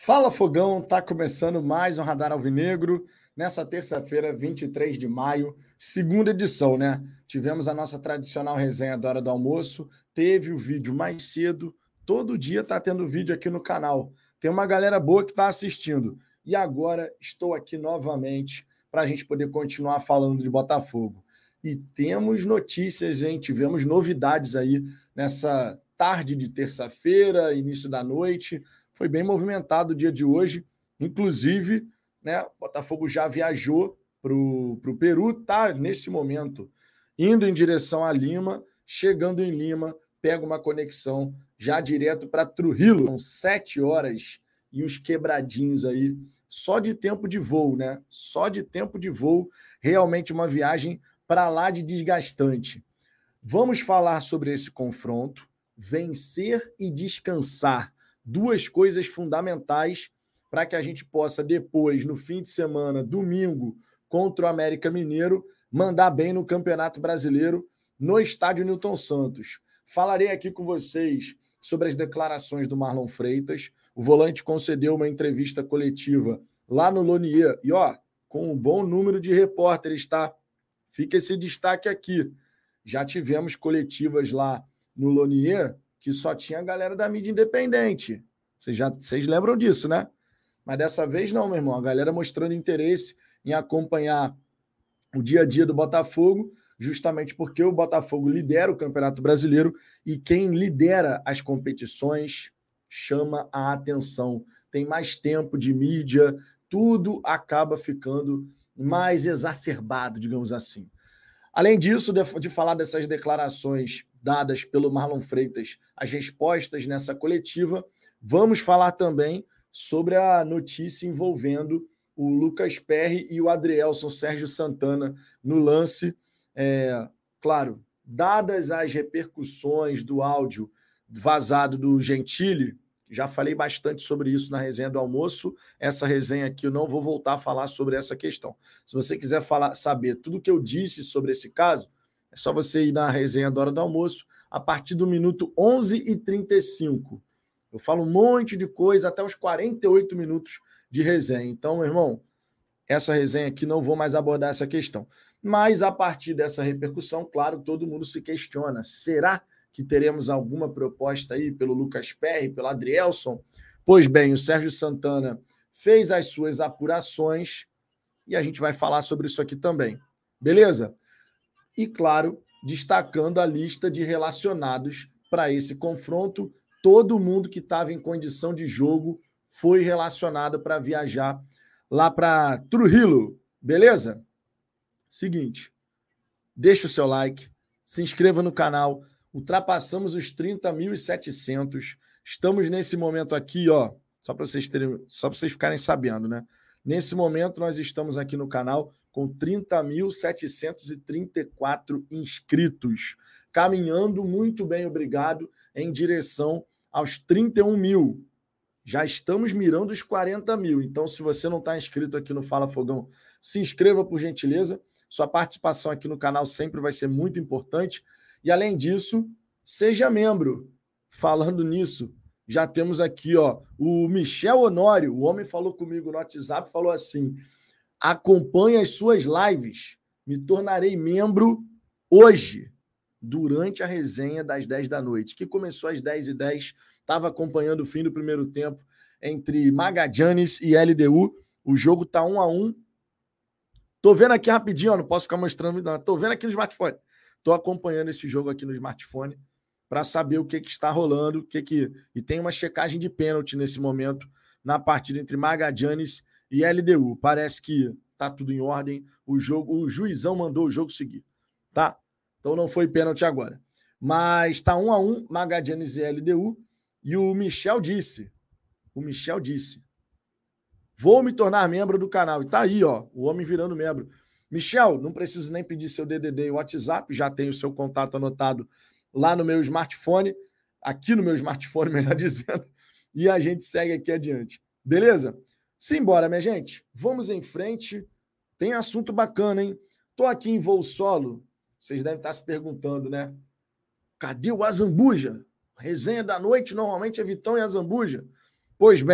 Fala Fogão, tá começando mais um Radar Alvinegro nessa terça-feira, 23 de maio, segunda edição, né? Tivemos a nossa tradicional resenha da hora do almoço, teve o vídeo mais cedo, todo dia tá tendo vídeo aqui no canal. Tem uma galera boa que tá assistindo. E agora estou aqui novamente para a gente poder continuar falando de Botafogo. E temos notícias, hein? Tivemos novidades aí nessa tarde de terça-feira, início da noite. Foi bem movimentado o dia de hoje. Inclusive, né, o Botafogo já viajou para o Peru, está nesse momento indo em direção a Lima, chegando em Lima, pega uma conexão já direto para Trujillo. São 7 horas e uns quebradinhos aí, só de tempo de voo, né? Só de tempo de voo, realmente uma viagem para lá de desgastante. Vamos falar sobre esse confronto, vencer e descansar, duas coisas fundamentais para que a gente possa depois, no fim de semana, domingo, contra o América Mineiro, mandar bem no Campeonato Brasileiro no estádio Newton Santos. Falarei aqui com vocês sobre as declarações do Marlon Freitas. O volante concedeu uma entrevista coletiva lá no Lonier e, com um bom número de repórteres, tá? Fica esse destaque aqui. Já tivemos coletivas lá no Lonier que só tinha a galera da mídia independente. Vocês lembram disso, né? Mas dessa vez não, meu irmão. A galera mostrando interesse em acompanhar o dia a dia do Botafogo, justamente porque o Botafogo lidera o Campeonato Brasileiro e quem lidera as competições chama a atenção. Tem mais tempo de mídia, tudo acaba ficando mais exacerbado, digamos assim. Além disso, de falar dessas declarações dadas pelo Marlon Freitas, as respostas nessa coletiva, vamos falar também sobre a notícia envolvendo o Lucas Perry e o Adrielson Sérgio Santana no lance. Claro, dadas as repercussões do áudio vazado do Gentili, já falei bastante sobre isso na resenha do almoço. Essa resenha aqui eu não vou voltar a falar sobre essa questão. Se você quiser saber tudo o que eu disse sobre esse caso, é só você ir na resenha da hora do almoço, a partir do minuto 11h35. Eu falo um monte de coisa até os 48 minutos de resenha. Então, meu irmão, essa resenha aqui não vou mais abordar essa questão. Mas, a partir dessa repercussão, claro, todo mundo se questiona. Será que teremos alguma proposta aí pelo Lucas Perry, pelo Adrielson? Pois bem, o Sérgio Santana fez as suas apurações e a gente vai falar sobre isso aqui também. Beleza? E, claro, destacando a lista de relacionados para esse confronto, todo mundo que estava em condição de jogo foi relacionado para viajar lá para Trujillo, beleza? Seguinte, deixa o seu like, se inscreva no canal, ultrapassamos os 30.700, estamos nesse momento aqui, só para vocês ficarem sabendo, né? Nesse momento nós estamos aqui no canal com 30.734 inscritos, caminhando muito bem, obrigado, em direção aos 31 mil. Já estamos mirando os 40 mil. Então, se você não está inscrito aqui no Fala Fogão, se inscreva, por gentileza. Sua participação aqui no canal sempre vai ser muito importante. E, além disso, seja membro. Falando nisso, já temos aqui o Michel Honório. O homem falou comigo no WhatsApp, falou assim: acompanhe as suas lives. Me tornarei membro hoje, durante a resenha das 10 da noite, que começou às 10h10. Estava acompanhando o fim do primeiro tempo entre Magallanes e LDU. O jogo está 1-1. Tô vendo aqui rapidinho, não posso ficar mostrando, não. Tô vendo aqui no smartphone. Tô acompanhando esse jogo aqui no smartphone para saber o que está rolando, e tem uma checagem de pênalti nesse momento na partida entre Magallanes e LDU. Parece que tá tudo em ordem. O juizão mandou o jogo seguir, tá? Então não foi pênalti agora. Mas está 1-1, Magallanes e LDU. E o Michel disse, vou me tornar membro do canal. E tá aí, o homem virando membro. Michel, não preciso nem pedir seu DDD e WhatsApp, já tenho o seu contato anotado lá no meu smartphone, aqui no meu smartphone, melhor dizendo, e a gente segue aqui adiante. Beleza? Simbora, minha gente. Vamos em frente. Tem assunto bacana, hein? Tô aqui em voo solo. Vocês devem estar se perguntando, né? Cadê o Azambuja? Resenha da noite normalmente é Vitão e Azambuja. Pois bem,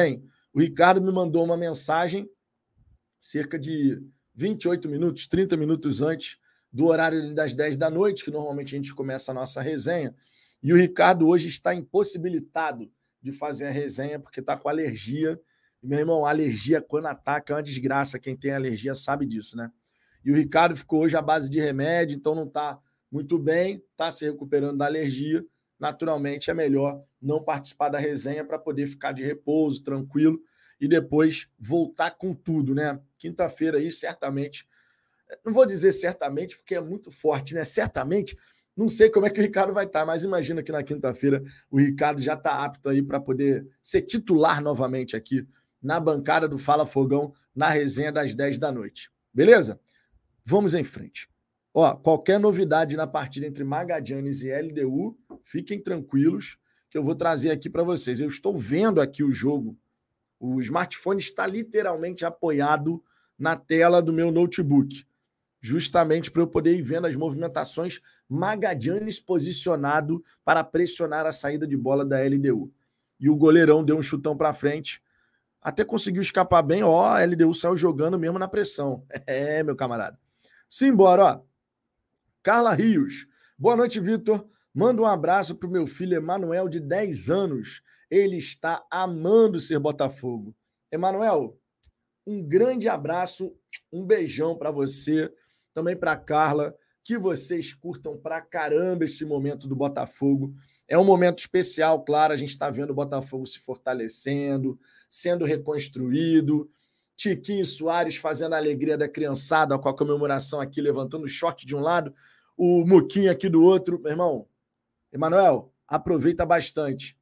O Ricardo me mandou uma mensagem cerca de 28 minutos, 30 minutos antes do horário das 10 da noite, que normalmente a gente começa a nossa resenha. E o Ricardo hoje está impossibilitado de fazer a resenha porque está com alergia. Meu irmão, alergia quando ataca é uma desgraça. Quem tem alergia sabe disso, né? E o Ricardo ficou hoje à base de remédio, então não está muito bem, está se recuperando da alergia. Naturalmente, é melhor não participar da resenha para poder ficar de repouso, tranquilo, e depois voltar com tudo, né? Quinta-feira aí, certamente, não vou dizer certamente, porque é muito forte, né? Certamente, não sei como é que o Ricardo vai estar, mas imagina que na quinta-feira o Ricardo já está apto aí para poder ser titular novamente aqui na bancada do Fala Fogão, na resenha das 10 da noite. Beleza? Vamos em frente. Ó, qualquer novidade na partida entre Magallanes e LDU, fiquem tranquilos que eu vou trazer aqui para vocês. Eu estou vendo aqui o jogo. O smartphone está literalmente apoiado na tela do meu notebook, justamente para eu poder ir vendo as movimentações. Magallanes posicionado para pressionar a saída de bola da LDU. E o goleirão deu um chutão para frente, até conseguiu escapar bem. Ó, a LDU saiu jogando mesmo na pressão. É, meu camarada. Simbora, ó. Carla Rios. Boa noite, Vitor. Manda um abraço para o meu filho Emanuel, de 10 anos. Ele está amando ser Botafogo. Emanuel, um grande abraço, um beijão para você, também para a Carla, que vocês curtam pra caramba esse momento do Botafogo. É um momento especial, claro, a gente está vendo o Botafogo se fortalecendo, sendo reconstruído. Tiquinho Soares fazendo a alegria da criançada com a comemoração aqui, levantando o short de um lado, o Muquinho aqui do outro. Meu irmão, Emanuel, aproveita bastante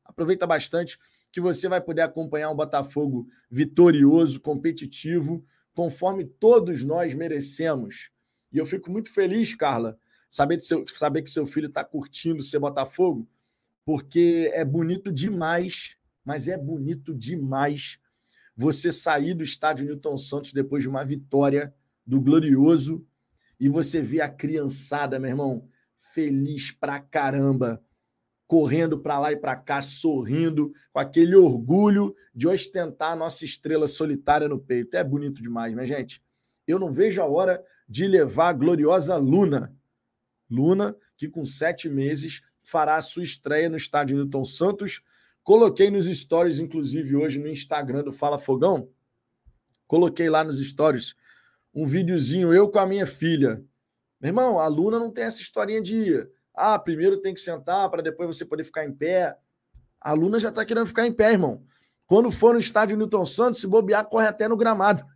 que você vai poder acompanhar um Botafogo vitorioso, competitivo, conforme todos nós merecemos. E eu fico muito feliz, Carla, saber que seu filho está curtindo ser Botafogo, porque é bonito demais, mas é bonito demais você sair do estádio Newton Santos depois de uma vitória do Glorioso e você ver a criançada, meu irmão, feliz pra caramba, correndo para lá e para cá, sorrindo, com aquele orgulho de ostentar a nossa estrela solitária no peito. É bonito demais, né, gente? Eu não vejo a hora de levar a gloriosa Luna. Luna, que com 7 meses fará a sua estreia no estádio Newton Santos. Coloquei nos stories, inclusive, hoje no Instagram do Fala Fogão. Coloquei lá nos stories um videozinho, eu com a minha filha. Meu irmão, a Luna não tem essa historinha de primeiro tem que sentar para depois você poder ficar em pé. A Luna já está querendo ficar em pé, irmão. Quando for no estádio Newton Santos, se bobear, corre até no gramado.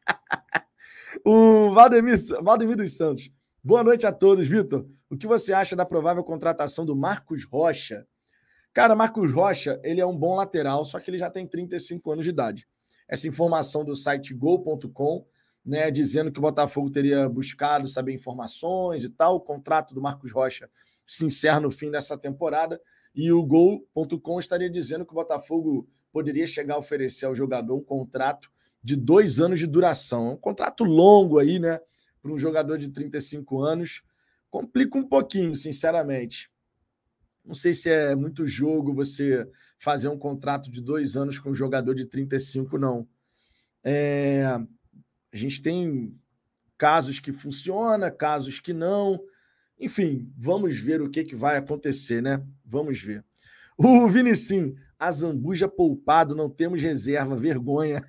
O Valdemir dos Santos. Boa noite a todos, Vitor. O que você acha da provável contratação do Marcos Rocha? Cara, Marcos Rocha, ele é um bom lateral, só que ele já tem 35 anos de idade. Essa informação do site gol.com, né, dizendo que o Botafogo teria buscado saber informações e tal. O contrato do Marcos Rocha se encerra no fim dessa temporada e o gol.com estaria dizendo que o Botafogo poderia chegar a oferecer ao jogador um contrato de 2 anos de duração. É um contrato longo aí, né, para um jogador de 35 anos. Complica um pouquinho, sinceramente. Não sei se é muito jogo você fazer um contrato de 2 anos com um jogador de 35, não. A gente tem casos que funcionam, casos que não. Enfim, vamos ver o que vai acontecer, né? Vamos ver. O Vinicim, a Zambuja poupado, não temos reserva, vergonha.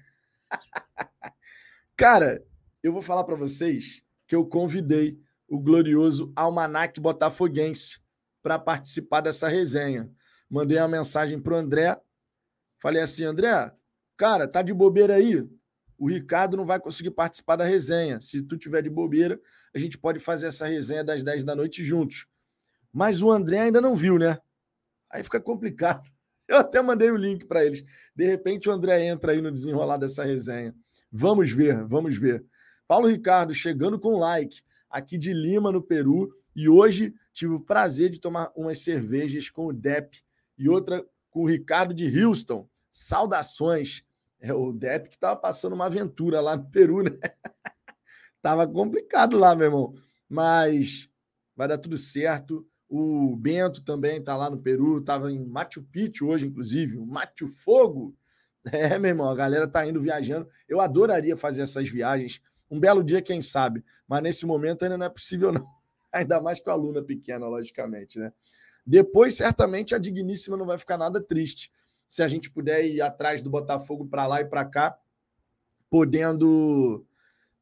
Cara, eu vou falar para vocês que eu convidei o glorioso Almanac Botafoguense para participar dessa resenha. Mandei uma mensagem pro André, falei assim, André, cara, tá de bobeira aí? O Ricardo não vai conseguir participar da resenha. Se tu tiver de bobeira, a gente pode fazer essa resenha das 10 da noite juntos. Mas o André ainda não viu, né? Aí fica complicado. Eu até mandei o link para eles. De repente o André entra aí no desenrolar dessa resenha. Vamos ver, vamos ver. Paulo Ricardo chegando com like aqui de Lima, no Peru. E hoje tive o prazer de tomar umas cervejas com o Depp e outra com o Ricardo de Houston. Saudações. É o Depp que estava passando uma aventura lá no Peru, né? Tava complicado lá, meu irmão. Mas vai dar tudo certo. O Bento também está lá no Peru. Estava em Machu Picchu hoje, inclusive. O Machu Fogo É, meu irmão, a galera tá indo viajando. Eu adoraria fazer essas viagens. Um belo dia, quem sabe. Mas nesse momento ainda não é possível, não. Ainda mais com a Luna pequena, logicamente, né? Depois, certamente, a Digníssima não vai ficar nada triste. Se a gente puder ir atrás do Botafogo para lá e para cá, podendo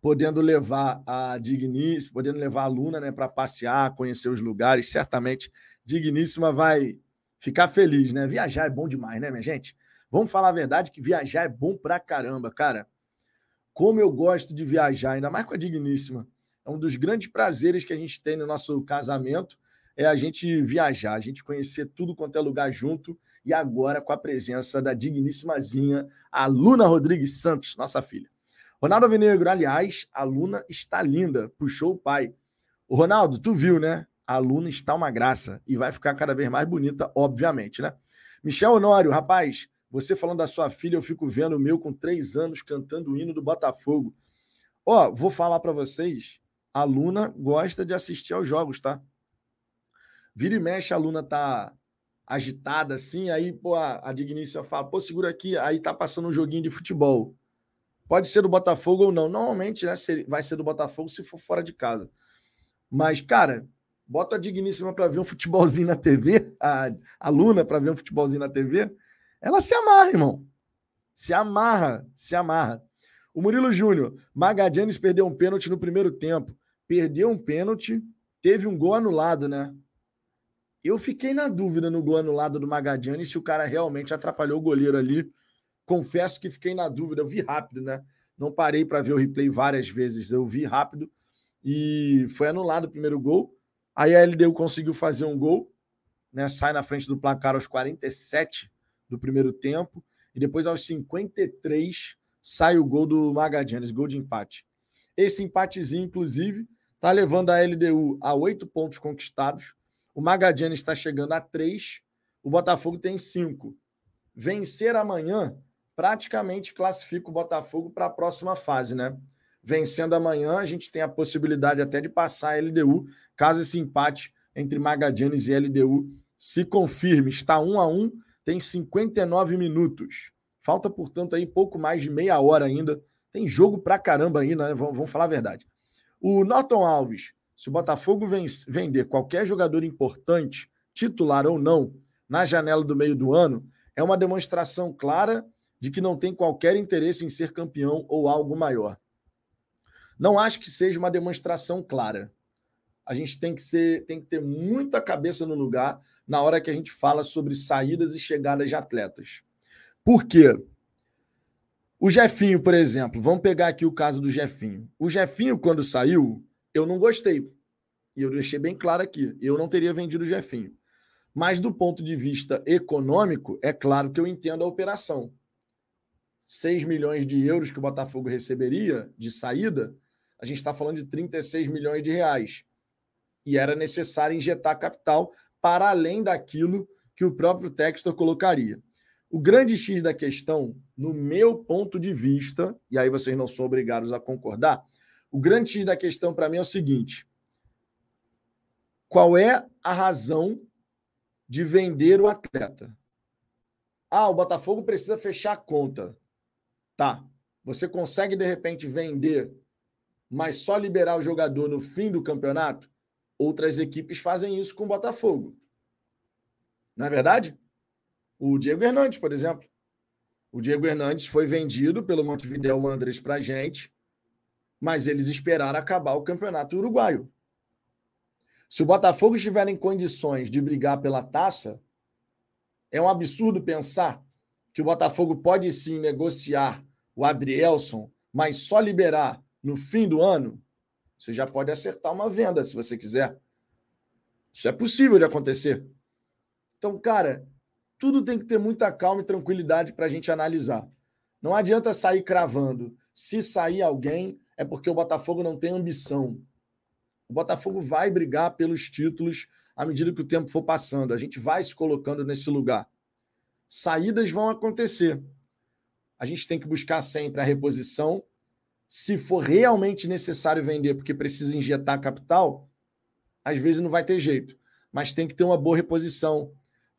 levar a Digníssima, podendo levar a Luna, né, para passear, conhecer os lugares, certamente Digníssima vai ficar feliz, né? Viajar é bom demais, né, minha gente? Vamos falar a verdade que viajar é bom pra caramba, cara. Como eu gosto de viajar, ainda mais com a Digníssima. É um dos grandes prazeres que a gente tem no nosso casamento, é a gente viajar, a gente conhecer tudo quanto é lugar junto, e agora com a presença da digníssimazinha, a Luna Rodrigues Santos, nossa filha. Ronaldo Alvinegro, aliás, a Luna está linda, puxou o pai. O Ronaldo, tu viu, né? A Luna está uma graça e vai ficar cada vez mais bonita, obviamente, né? Michel Honório, rapaz, você falando da sua filha, eu fico vendo o meu com 3 anos cantando o hino do Botafogo. Ó, vou falar para vocês, a Luna gosta de assistir aos jogos, tá? Vira e mexe, a Luna tá agitada assim, aí, pô, a Digníssima fala, pô, segura aqui, aí tá passando um joguinho de futebol. Pode ser do Botafogo ou não. Normalmente, né, vai ser do Botafogo se for fora de casa. Mas, cara, bota a Digníssima para ver um futebolzinho na TV, a Luna para ver um futebolzinho na TV, ela se amarra, irmão. Se amarra, se amarra. O Murilo Júnior, Magadianes perdeu um pênalti no primeiro tempo. Perdeu um pênalti, teve um gol anulado, né? Eu fiquei na dúvida no gol anulado do Magadianes se o cara realmente atrapalhou o goleiro ali. Confesso que fiquei na dúvida, eu vi rápido, né? Não parei para ver o replay várias vezes, eu vi rápido e foi anulado o primeiro gol. Aí a LDU conseguiu fazer um gol, né? Sai na frente do placar aos 47 do primeiro tempo e depois aos 53 sai o gol do Magadianes, gol de empate. Esse empatezinho, inclusive, está levando a LDU a 8 pontos conquistados. O Magadianes está chegando a 3, o Botafogo tem 5. Vencer amanhã praticamente classifica o Botafogo para a próxima fase, né? Vencendo amanhã, a gente tem a possibilidade até de passar a LDU, caso esse empate entre Magadianes e LDU se confirme. Está 1-1, tem 59 minutos. Falta, portanto, aí pouco mais de meia hora ainda. Tem jogo pra caramba ainda, né? Vamos falar a verdade. O Norton Alves, se o Botafogo vender qualquer jogador importante, titular ou não, na janela do meio do ano, é uma demonstração clara de que não tem qualquer interesse em ser campeão ou algo maior. Não acho que seja uma demonstração clara. A gente tem que ter muita cabeça no lugar na hora que a gente fala sobre saídas e chegadas de atletas. Por quê? O Jefinho, por exemplo, vamos pegar aqui o caso do Jefinho. O Jefinho, quando saiu, eu não gostei. E eu deixei bem claro aqui, eu não teria vendido o Jefinho. Mas do ponto de vista econômico, é claro que eu entendo a operação. 6 milhões de euros que o Botafogo receberia de saída, a gente está falando de 36 milhões de reais. E era necessário injetar capital para além daquilo que o próprio Textor colocaria. O grande X da questão, no meu ponto de vista, e aí vocês não são obrigados a concordar, o grande X da questão para mim é o seguinte: qual é a razão de vender o atleta? Ah, o Botafogo precisa fechar a conta. Tá, você consegue de repente vender, mas só liberar o jogador no fim do campeonato? Outras equipes fazem isso com o Botafogo. Não é verdade? O Diego Hernandes, por exemplo. O Diego Hernandes foi vendido pelo Montevideo Wanderers para a gente, mas eles esperaram acabar o campeonato uruguaio. Se o Botafogo estiver em condições de brigar pela taça, é um absurdo pensar que o Botafogo pode sim negociar o Adrielson, mas só liberar no fim do ano. Você já pode acertar uma venda, se você quiser. Isso é possível de acontecer. Então, cara, tudo tem que ter muita calma e tranquilidade para a gente analisar. Não adianta sair cravando. Se sair alguém, é porque o Botafogo não tem ambição. O Botafogo vai brigar pelos títulos à medida que o tempo for passando. A gente vai se colocando nesse lugar. Saídas vão acontecer. A gente tem que buscar sempre a reposição. Se for realmente necessário vender porque precisa injetar capital, às vezes não vai ter jeito. Mas tem que ter uma boa reposição.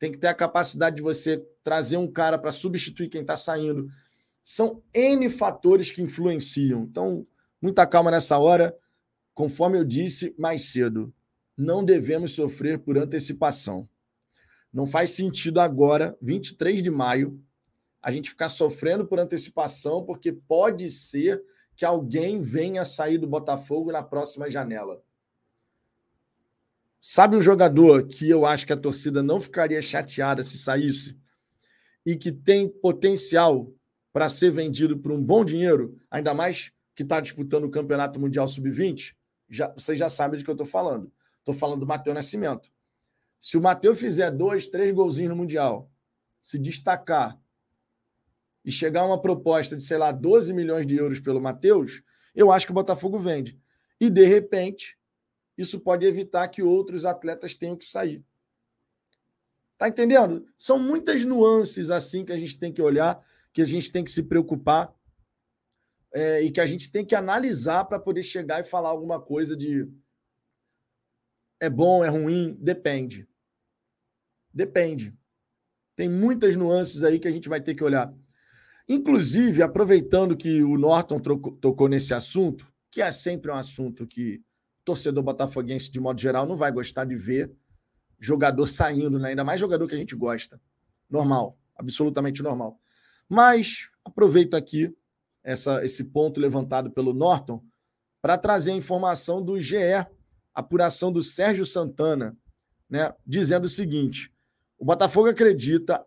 tem que ter a capacidade de você trazer um cara para substituir quem está saindo. São N fatores que influenciam. Então, muita calma nessa hora. Conforme eu disse mais cedo, não devemos sofrer por antecipação. Não faz sentido agora, 23 de maio, a gente ficar sofrendo por antecipação, porque pode ser que alguém venha sair do Botafogo na próxima janela. Sabe um jogador que eu acho que a torcida não ficaria chateada se saísse e que tem potencial para ser vendido por um bom dinheiro, ainda mais que está disputando o Campeonato Mundial Sub-20? Vocês já sabem de que eu estou falando. Estou falando do Matheus Nascimento. Se o Matheus fizer 2, 3 golzinhos no Mundial, se destacar e chegar a uma proposta de, sei lá, 12 milhões de euros pelo Matheus, eu acho que o Botafogo vende. E, de repente, isso pode evitar que outros atletas tenham que sair. Tá entendendo? São muitas nuances assim que a gente tem que olhar, que a gente tem que se preocupar e que a gente tem que analisar para poder chegar e falar alguma coisa de é bom, é ruim, depende. Depende. Tem muitas nuances aí que a gente vai ter que olhar. Inclusive, aproveitando que o Norton tocou nesse assunto, que é sempre um assunto que torcedor botafoguense, de modo geral, não vai gostar de ver jogador saindo, né? Ainda mais jogador que a gente gosta. Normal, absolutamente normal. Mas aproveito aqui esse ponto levantado pelo Norton para trazer a informação do GE, apuração do Sérgio Santana, né? Dizendo o seguinte: o Botafogo acredita,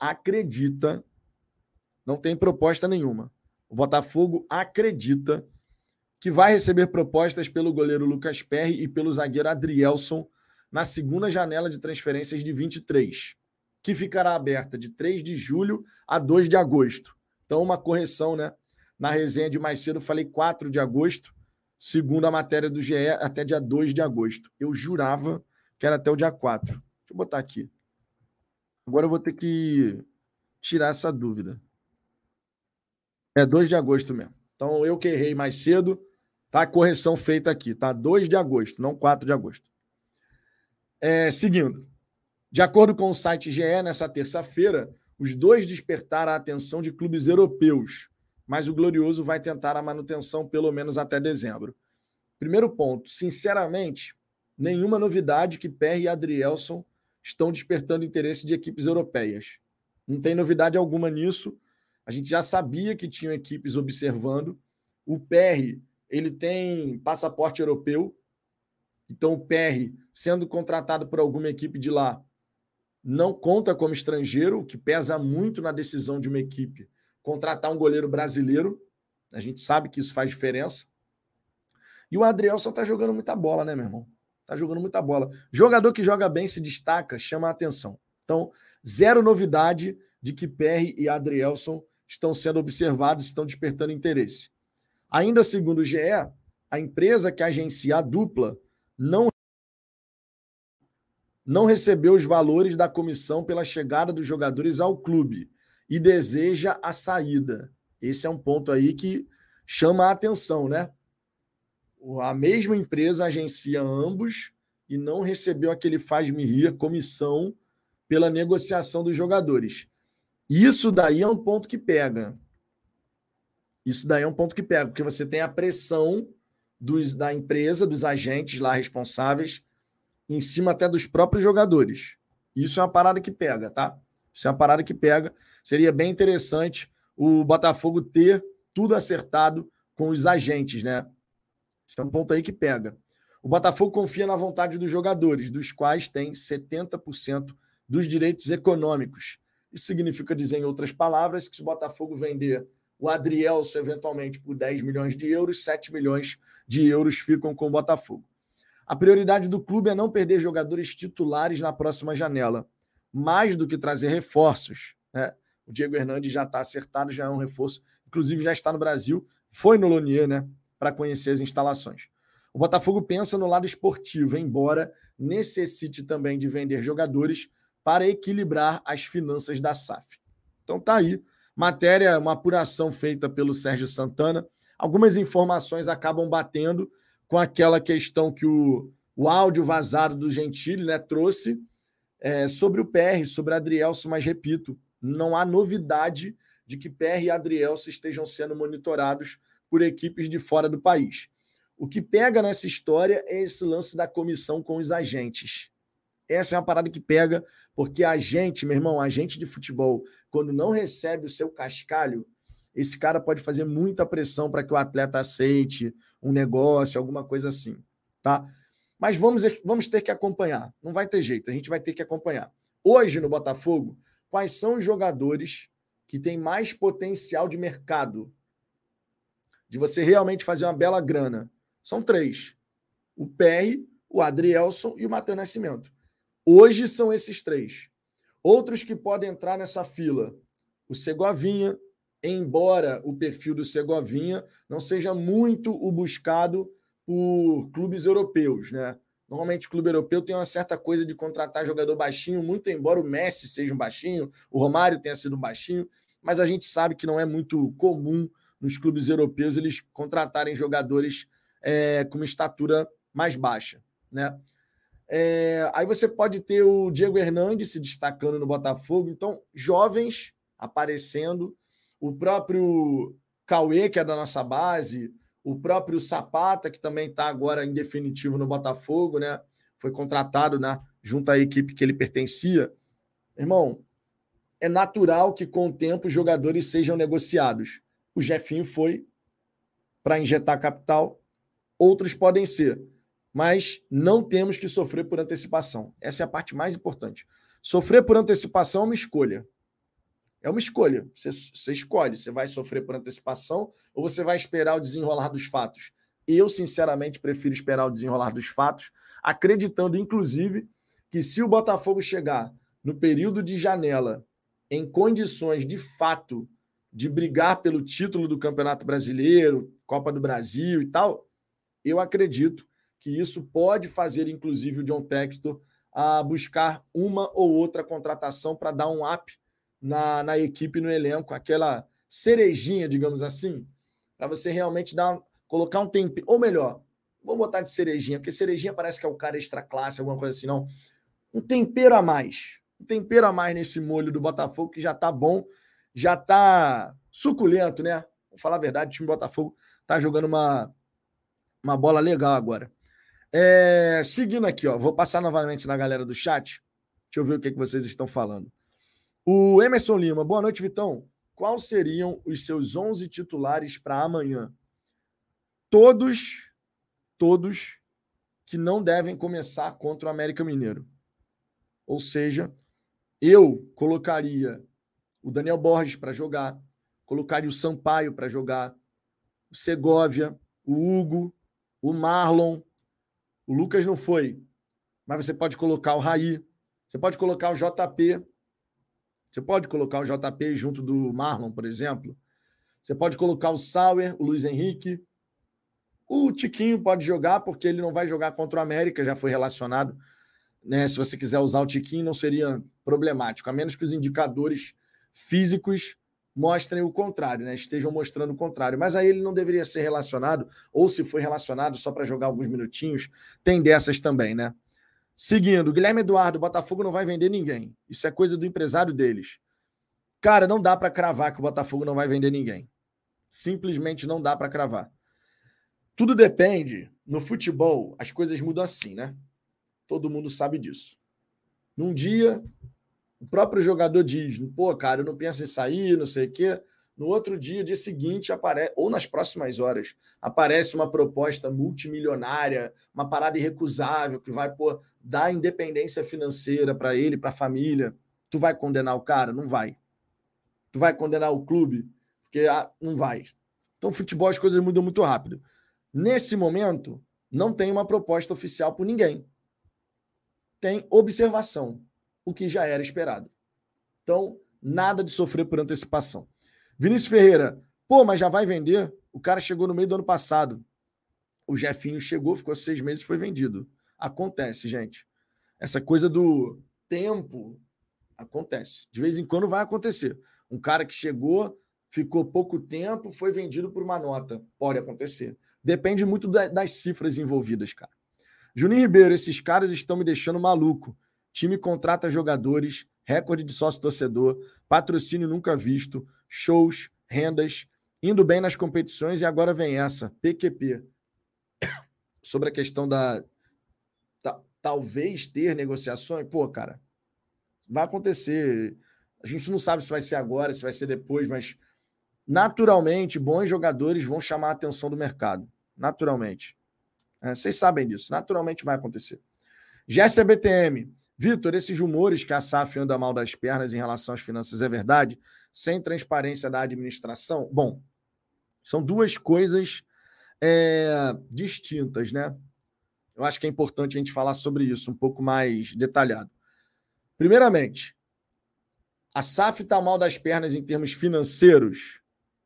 não tem proposta nenhuma. O Botafogo acredita que vai receber propostas pelo goleiro Lucas Perry e pelo zagueiro Adrielson na segunda janela de transferências de 23, que ficará aberta de 3 de julho a 2 de agosto. Então, uma correção, né? Na resenha de mais cedo, eu falei 4 de agosto, segundo a matéria do GE, até dia 2 de agosto. Eu jurava que era até o dia 4. Deixa eu botar aqui. Agora eu vou ter que tirar essa dúvida. É 2 de agosto mesmo. Então, eu que errei mais cedo, tá a correção feita aqui, tá? 2 de agosto, não 4 de agosto. Seguindo. De acordo com o site GE, nessa terça-feira, os dois despertaram a atenção de clubes europeus, mas o Glorioso vai tentar a manutenção pelo menos até dezembro. Primeiro ponto, sinceramente, nenhuma novidade que Perry e Adrielson estão despertando interesse de equipes europeias. Não tem novidade alguma nisso. A gente já sabia que tinham equipes observando. O Perry, ele tem passaporte europeu. Então, o Perry, sendo contratado por alguma equipe de lá, não conta como estrangeiro, o que pesa muito na decisão de uma equipe contratar um goleiro brasileiro. A gente sabe que isso faz diferença. E o Adrielson tá jogando muita bola, né, meu irmão? Tá jogando muita bola. Jogador que joga bem, se destaca, chama a atenção. Então, zero novidade de que Perry e Adrielson estão sendo observados, estão despertando interesse. Ainda segundo o GE, a empresa que agencia a dupla não recebeu os valores da comissão pela chegada dos jogadores ao clube e deseja a saída. Esse é um ponto aí que chama a atenção, né? A mesma empresa agencia ambos e não recebeu aquele faz-me rir, comissão, pela negociação dos jogadores. Isso daí é um ponto que pega. Isso daí é um ponto que pega, porque você tem a pressão da empresa, dos agentes lá responsáveis, em cima até dos próprios jogadores. Isso é uma parada que pega, tá? Isso é uma parada que pega. Seria bem interessante o Botafogo ter tudo acertado com os agentes, né? Isso é um ponto aí que pega. O Botafogo confia na vontade dos jogadores, dos quais tem 70% dos direitos econômicos. Isso significa dizer, em outras palavras, que se o Botafogo vender o Adrielson eventualmente por 10 milhões de euros, 7 milhões de euros ficam com o Botafogo. A prioridade do clube é não perder jogadores titulares na próxima janela, mais do que trazer reforços, né? O Diego Hernandes já está acertado, já é um reforço, inclusive já está no Brasil, foi no Lonier, né, para conhecer as instalações. O Botafogo pensa no lado esportivo, embora necessite também de vender jogadores para equilibrar as finanças da SAF. Então tá aí, matéria, uma apuração feita pelo Sérgio Santana. Algumas informações acabam batendo com aquela questão que o áudio vazado do Gentili, né, trouxe, Sobre o PR, sobre o Adrielson, mas repito, não há novidade de que PR e Adrielson estejam sendo monitorados por equipes de fora do país. O que pega nessa história é esse lance da comissão com os agentes. Essa é uma parada que pega, porque agente, meu irmão, agente de futebol, quando não recebe o seu cascalho, esse cara pode fazer muita pressão para que o atleta aceite um negócio, alguma coisa assim, tá? Mas vamos ter que acompanhar. Não vai ter jeito, a gente vai ter que acompanhar. Hoje, no Botafogo, quais são os jogadores que têm mais potencial de mercado? De você realmente fazer uma bela grana? São 3. O PR, o Adrielson e o Matheus Nascimento. Hoje são esses 3. Outros que podem entrar nessa fila. O Segovinha, embora o perfil do Segovinha não seja muito o buscado por clubes europeus, né? Normalmente o clube europeu tem uma certa coisa de contratar jogador baixinho, muito embora o Messi seja um baixinho, o Romário tenha sido um baixinho, mas a gente sabe que não é muito comum nos clubes europeus eles contratarem jogadores com uma estatura mais baixa, né? Aí você pode ter o Diego Hernandes se destacando no Botafogo, então jovens aparecendo, o próprio Cauê, que é da nossa base, o próprio Zapata, que também está agora em definitivo no Botafogo, né? Foi contratado, né, junto à equipe que ele pertencia. Irmão, é natural que com o tempo os jogadores sejam negociados. O Jefinho foi para injetar capital, outros podem ser, mas não temos que sofrer por antecipação. Essa é a parte mais importante. Sofrer por antecipação é uma escolha. É uma escolha. Você escolhe. Você vai sofrer por antecipação ou você vai esperar o desenrolar dos fatos. Eu, sinceramente, prefiro esperar o desenrolar dos fatos, acreditando, inclusive, que se o Botafogo chegar no período de janela em condições, de fato, de brigar pelo título do Campeonato Brasileiro, Copa do Brasil e tal, eu acredito que isso pode fazer, inclusive, o John Textor a buscar uma ou outra contratação para dar um up na equipe, no elenco, aquela cerejinha, digamos assim, para você realmente colocar um tempero, ou melhor, vou botar de cerejinha, porque cerejinha parece que é o cara extra classe, alguma coisa assim, não. Um tempero a mais nesse molho do Botafogo, que já tá bom, já tá suculento, né? Vou falar a verdade, o time do Botafogo tá jogando uma bola legal agora. Seguindo aqui, ó, vou passar novamente na galera do chat. Deixa eu ver o que vocês estão falando. O Emerson Lima, boa noite, Vitão. Quais seriam os seus 11 titulares para amanhã? Todos que não devem começar contra o América Mineiro. Ou seja, eu colocaria o Daniel Borges para jogar, colocaria o Sampaio para jogar, o Segovia, o Hugo, o Marlon, o Lucas não foi, mas você pode colocar o Raí, você pode colocar o JP, você pode colocar o JP junto do Marlon, por exemplo. Você pode colocar o Sauer, o Luiz Henrique. O Tiquinho pode jogar, porque ele não vai jogar contra o América, já foi relacionado. Né? Se você quiser usar o Tiquinho, não seria problemático, a menos que os indicadores físicos mostrem o contrário, né? Estejam mostrando o contrário. Mas aí ele não deveria ser relacionado, ou se foi relacionado só para jogar alguns minutinhos, tem dessas também, né? Seguindo, Guilherme Eduardo, o Botafogo não vai vender ninguém. Isso é coisa do empresário deles. Cara, não dá para cravar que o Botafogo não vai vender ninguém. Simplesmente não dá para cravar. Tudo depende. No futebol, as coisas mudam assim, né? Todo mundo sabe disso. Num dia, o próprio jogador diz, pô, cara, eu não penso em sair, não sei o quê. No outro dia, dia seguinte, aparece, ou nas próximas horas, aparece uma proposta multimilionária, uma parada irrecusável, que vai dar independência financeira para ele, para a família. Tu vai condenar o cara? Não vai. Tu vai condenar o clube? Porque não vai. Então, futebol, as coisas mudam muito rápido. Nesse momento, não tem uma proposta oficial por ninguém. Tem observação, o que já era esperado. Então, nada de sofrer por antecipação. Vinícius Ferreira, pô, mas já vai vender? O cara chegou no meio do ano passado. O Jefinho chegou, ficou 6 meses e foi vendido. Acontece, gente. Essa coisa do tempo acontece. De vez em quando vai acontecer. Um cara que chegou, ficou pouco tempo, foi vendido por uma nota. Pode acontecer. Depende muito das cifras envolvidas, cara. Juninho Ribeiro, esses caras estão me deixando maluco. time contrata jogadores, recorde de sócio-torcedor, patrocínio nunca visto, shows, rendas, indo bem nas competições, e agora vem essa, PQP. Sobre a questão talvez ter negociações, pô, cara, vai acontecer. A gente não sabe se vai ser agora, se vai ser depois, mas naturalmente bons jogadores vão chamar a atenção do mercado. Naturalmente. Vocês sabem disso. Naturalmente vai acontecer. Gerson BTM. Vitor, esses rumores que a SAF anda mal das pernas em relação às finanças é verdade? Sem transparência da administração? Bom, são duas coisas distintas, né? Eu acho que é importante a gente falar sobre isso um pouco mais detalhado. Primeiramente, a SAF está mal das pernas em termos financeiros?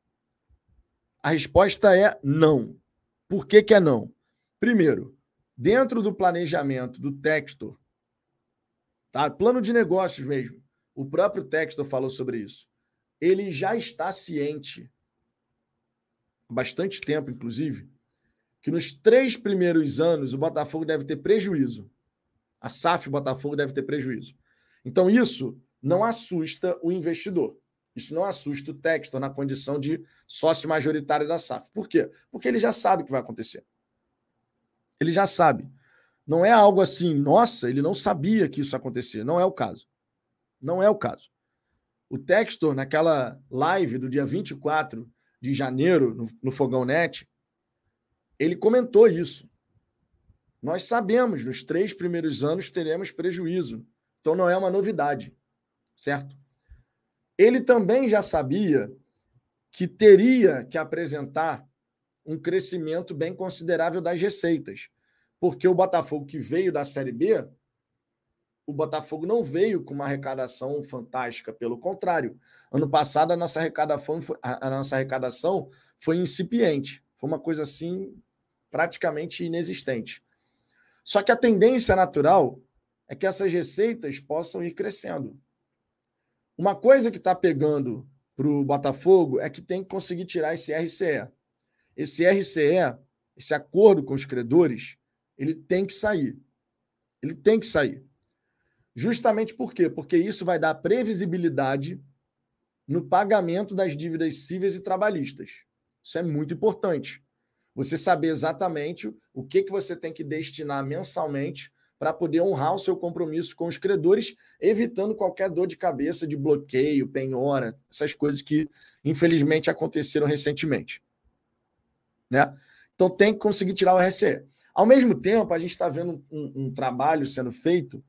A resposta é não. Por que é não? Primeiro, dentro do planejamento do Textor, tá? Plano de negócios mesmo, o próprio Textor falou sobre isso. Ele já está ciente, há bastante tempo, inclusive, que nos 3 primeiros anos o Botafogo deve ter prejuízo. A SAF Botafogo deve ter prejuízo. Então, isso não assusta o investidor. Isso não assusta o Textor na condição de sócio majoritário da SAF. Por quê? Porque ele já sabe o que vai acontecer. Ele já sabe. Não é algo assim, nossa, ele não sabia que isso ia acontecer. Não é o caso. Não é o caso. O Textor, naquela live do dia 24 de janeiro, no Fogão Net, ele comentou isso. Nós sabemos, nos 3 primeiros anos teremos prejuízo. Então não é uma novidade, certo? Ele também já sabia que teria que apresentar um crescimento bem considerável das receitas. Porque o Botafogo que veio da Série B, o Botafogo não veio com uma arrecadação fantástica, pelo contrário. Ano passado a nossa arrecadação foi incipiente. Foi uma coisa assim praticamente inexistente. Só que a tendência natural é que essas receitas possam ir crescendo. Uma coisa que está pegando para o Botafogo é que tem que conseguir tirar esse RCE. Esse RCE, esse acordo com os credores, ele tem que sair. Ele tem que sair. Justamente por quê? Porque isso vai dar previsibilidade no pagamento das dívidas cíveis e trabalhistas. Isso é muito importante. Você saber exatamente o que você tem que destinar mensalmente para poder honrar o seu compromisso com os credores, evitando qualquer dor de cabeça de bloqueio, penhora, essas coisas que, infelizmente, aconteceram recentemente. Né? Então, tem que conseguir tirar o RCE. Ao mesmo tempo, a gente está vendo um trabalho sendo feito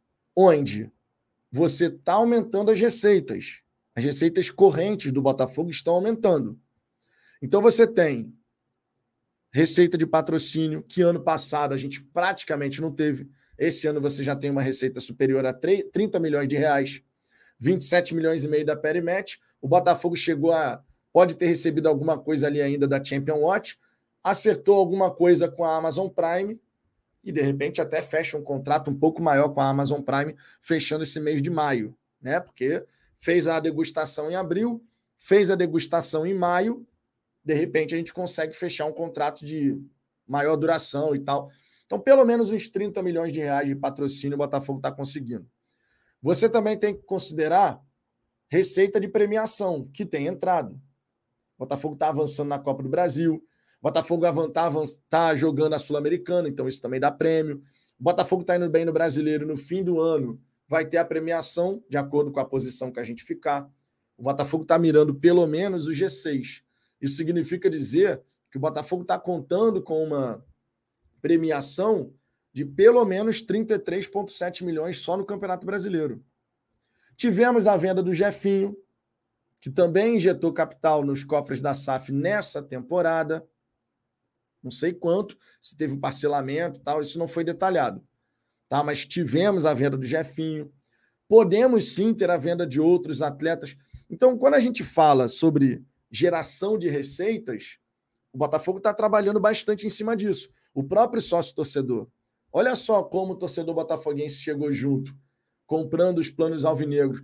onde você está aumentando as receitas. As receitas correntes do Botafogo estão aumentando. Então, você tem receita de patrocínio, que ano passado a gente praticamente não teve. Esse ano você já tem uma receita superior a 30 milhões de reais, 27 milhões e meio da Perimet. O Botafogo pode ter recebido alguma coisa ali ainda da Champions Watch, acertou alguma coisa com a Amazon Prime e, de repente, até fecha um contrato um pouco maior com a Amazon Prime, fechando esse mês de maio, né? Porque fez a degustação em abril, fez a degustação em maio, de repente a gente consegue fechar um contrato de maior duração e tal. Então, pelo menos uns 30 milhões de reais de patrocínio o Botafogo está conseguindo. Você também tem que considerar receita de premiação, que tem entrado. O Botafogo está avançando na Copa do Brasil, o Botafogo está jogando a Sul-Americana, então isso também dá prêmio. O Botafogo está indo bem no Brasileiro, no fim do ano vai ter a premiação, de acordo com a posição que a gente ficar. O Botafogo está mirando pelo menos o G6. Isso significa dizer que o Botafogo está contando com uma premiação de pelo menos 33,7 milhões só no Campeonato Brasileiro. Tivemos a venda do Jefinho, que também injetou capital nos cofres da SAF nessa temporada. Não sei quanto, se teve um parcelamento e tal, isso não foi detalhado. Tá? Mas tivemos a venda do Jefinho. Podemos sim ter a venda de outros atletas. Então, quando a gente fala sobre geração de receitas, o Botafogo está trabalhando bastante em cima disso. O próprio sócio-torcedor. Olha só como o torcedor botafoguense chegou junto, comprando os planos alvinegros.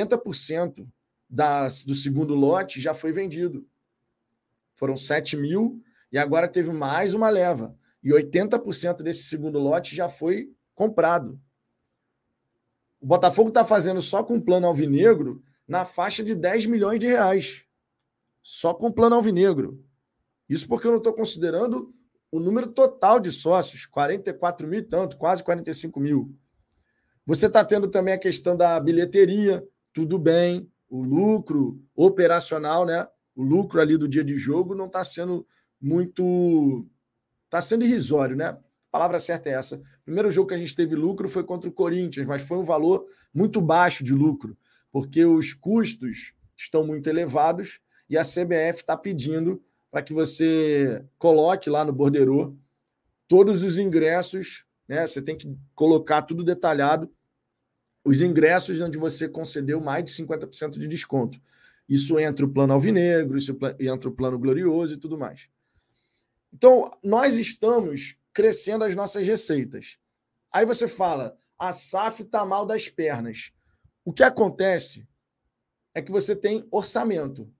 80% do segundo lote já foi vendido. Foram 7 mil e agora teve mais uma leva. E 80% desse segundo lote já foi comprado. O Botafogo está fazendo só com o plano alvinegro na faixa de 10 milhões de reais. Só com o plano alvinegro. Isso porque eu não estou considerando o número total de sócios, 44 mil e tanto, quase 45 mil. Você está tendo também a questão da bilheteria, tudo bem, o lucro operacional, né? O lucro ali do dia de jogo não está sendo muito... Está sendo irrisório, né? A palavra certa é essa. O primeiro jogo que a gente teve lucro foi contra o Corinthians, mas foi um valor muito baixo de lucro, porque os custos estão muito elevados e a CBF está pedindo para que você coloque lá no borderô todos os ingressos, né? Você tem que colocar tudo detalhado, os ingressos onde você concedeu mais de 50% de desconto. Isso entra o plano alvinegro, isso entra o plano glorioso e tudo mais. Então, nós estamos crescendo as nossas receitas. Aí você fala, a SAF está mal das pernas. O que acontece é que você tem orçamento.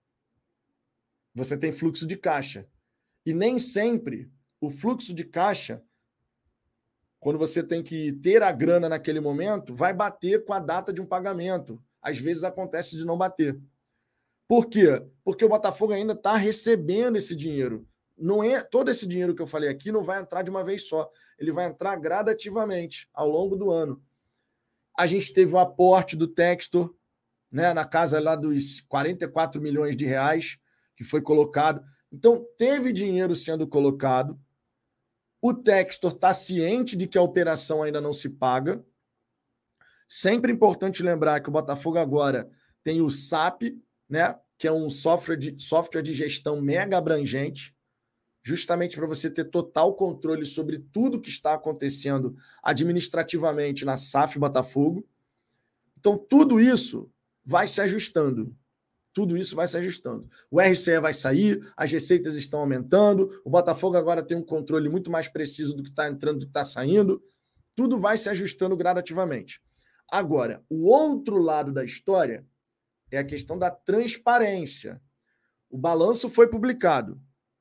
Você tem fluxo de caixa. E nem sempre o fluxo de caixa, quando você tem que ter a grana naquele momento, vai bater com a data de um pagamento. Às vezes acontece de não bater. Por quê? Porque o Botafogo ainda está recebendo esse dinheiro. Não é todo esse dinheiro que eu falei aqui não vai entrar de uma vez só. Ele vai entrar gradativamente ao longo do ano. A gente teve o aporte do Textor, né, na casa lá dos 44 milhões de reais que foi colocado. Então, teve dinheiro sendo colocado. O Textor está ciente de que a operação ainda não se paga. Sempre importante lembrar que o Botafogo agora tem o SAP, né, que é um software de gestão mega abrangente, justamente para você ter total controle sobre tudo que está acontecendo administrativamente na SAF Botafogo. Então, tudo isso vai se ajustando. Tudo isso vai se ajustando. O RCE vai sair, as receitas estão aumentando, o Botafogo agora tem um controle muito mais preciso do que está entrando, do que está saindo. Tudo vai se ajustando gradativamente. Agora, o outro lado da história é a questão da transparência. O balanço foi publicado.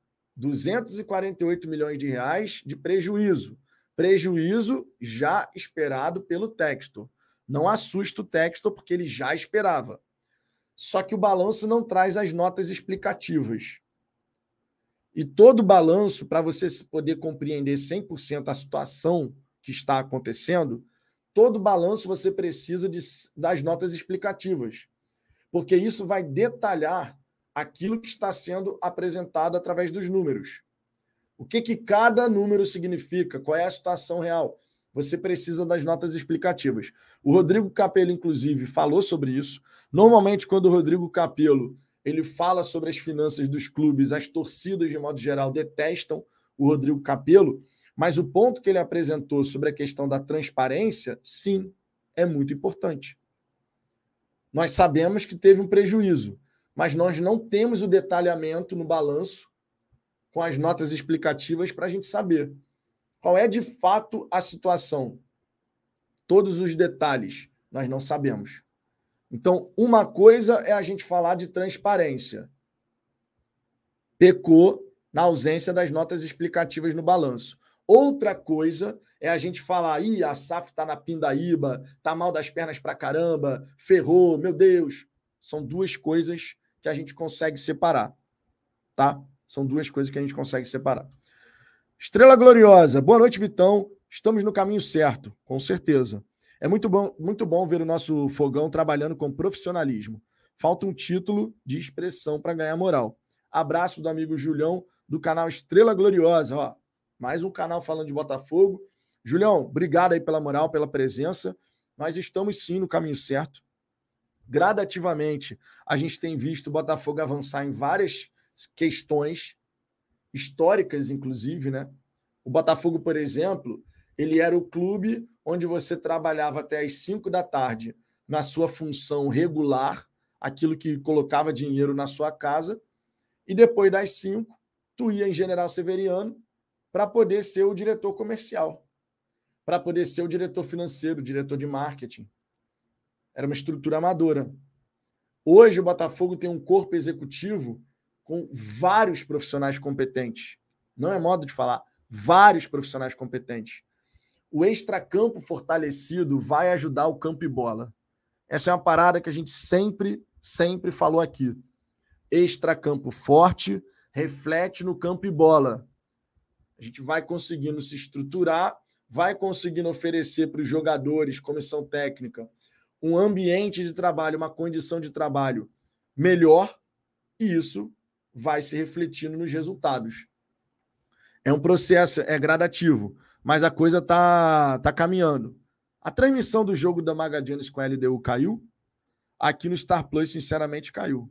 248 milhões de reais de prejuízo. Prejuízo já esperado pelo Textor. Não assusta o Textor, porque ele já esperava. Só que o balanço não traz as notas explicativas. E todo balanço, para você poder compreender 100% a situação que está acontecendo, todo balanço você precisa das notas explicativas. Porque isso vai detalhar aquilo que está sendo apresentado através dos números. O que cada número significa? Qual é a situação real? Você precisa das notas explicativas. O Rodrigo Capello, inclusive, falou sobre isso. Normalmente, quando o Rodrigo Capello ele fala sobre as finanças dos clubes, as torcidas, de modo geral, detestam o Rodrigo Capello, mas o ponto que ele apresentou sobre a questão da transparência, sim, é muito importante. Nós sabemos que teve um prejuízo, mas nós não temos o detalhamento no balanço com as notas explicativas para a gente saber qual é de fato a situação. Todos os detalhes nós não sabemos. Então, uma coisa é a gente falar de transparência. Pecou na ausência das notas explicativas no balanço. Outra coisa é a gente falar, a SAF está na pindaíba, está mal das pernas pra caramba, ferrou, meu Deus. São duas coisas que a gente consegue separar, tá? São duas coisas que a gente consegue separar. Estrela Gloriosa, boa noite, Vitão. Estamos no caminho certo, com certeza. É muito bom ver o nosso Fogão trabalhando com profissionalismo. Falta um título de expressão para ganhar moral. Abraço do amigo Julião, do canal Estrela Gloriosa. Ó, mais um canal falando de Botafogo. Julião, obrigado aí pela moral, pela presença. Nós estamos sim no caminho certo. Gradativamente, a gente tem visto o Botafogo avançar em várias questões históricas, inclusive, né? O Botafogo, por exemplo, ele era o clube onde você trabalhava até às 5 da tarde na sua função regular, aquilo que colocava dinheiro na sua casa, e depois das 5, tu ia em General Severiano para poder ser o diretor comercial, para poder ser o diretor financeiro, o diretor de marketing. Era uma estrutura amadora. Hoje, o Botafogo tem um corpo executivo com vários profissionais competentes. Não é modo de falar, vários profissionais competentes. o extracampo fortalecido vai ajudar o campo e bola. Essa é uma parada que a gente sempre falou aqui. Extracampo forte reflete no campo e bola. A gente vai conseguindo se estruturar, vai conseguindo oferecer para os jogadores, comissão técnica, um ambiente de trabalho, uma condição de trabalho melhor, e isso vai se refletindo nos resultados. É um processo, é gradativo, mas a coisa tá caminhando. A transmissão do jogo da Magallanes com a LDU caiu? Aqui no Star Plus, sinceramente, caiu.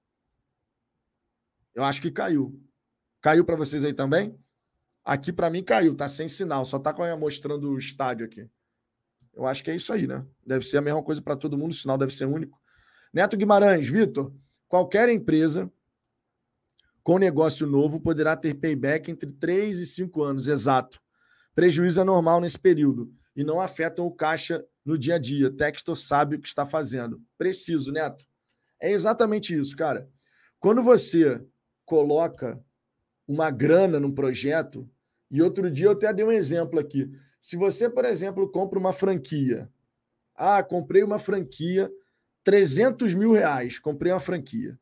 Eu acho que caiu. Caiu para vocês aí também? Aqui para mim caiu, tá sem sinal, só tá mostrando o estádio aqui. Eu acho que é isso aí, né? Deve ser a mesma coisa para todo mundo, o sinal deve ser único. Neto Guimarães, Vitor, qualquer empresa com negócio novo poderá ter payback entre 3 e 5 anos, exato. Prejuízo é normal nesse período e não afetam o caixa no dia a dia. Textor sabe o que está fazendo. Preciso, Neto. É exatamente isso, cara. Quando você coloca uma grana num projeto, e outro dia eu até dei um exemplo aqui. Se você, por exemplo, compra uma franquia. Comprei uma franquia, 300 mil reais, comprei uma franquia.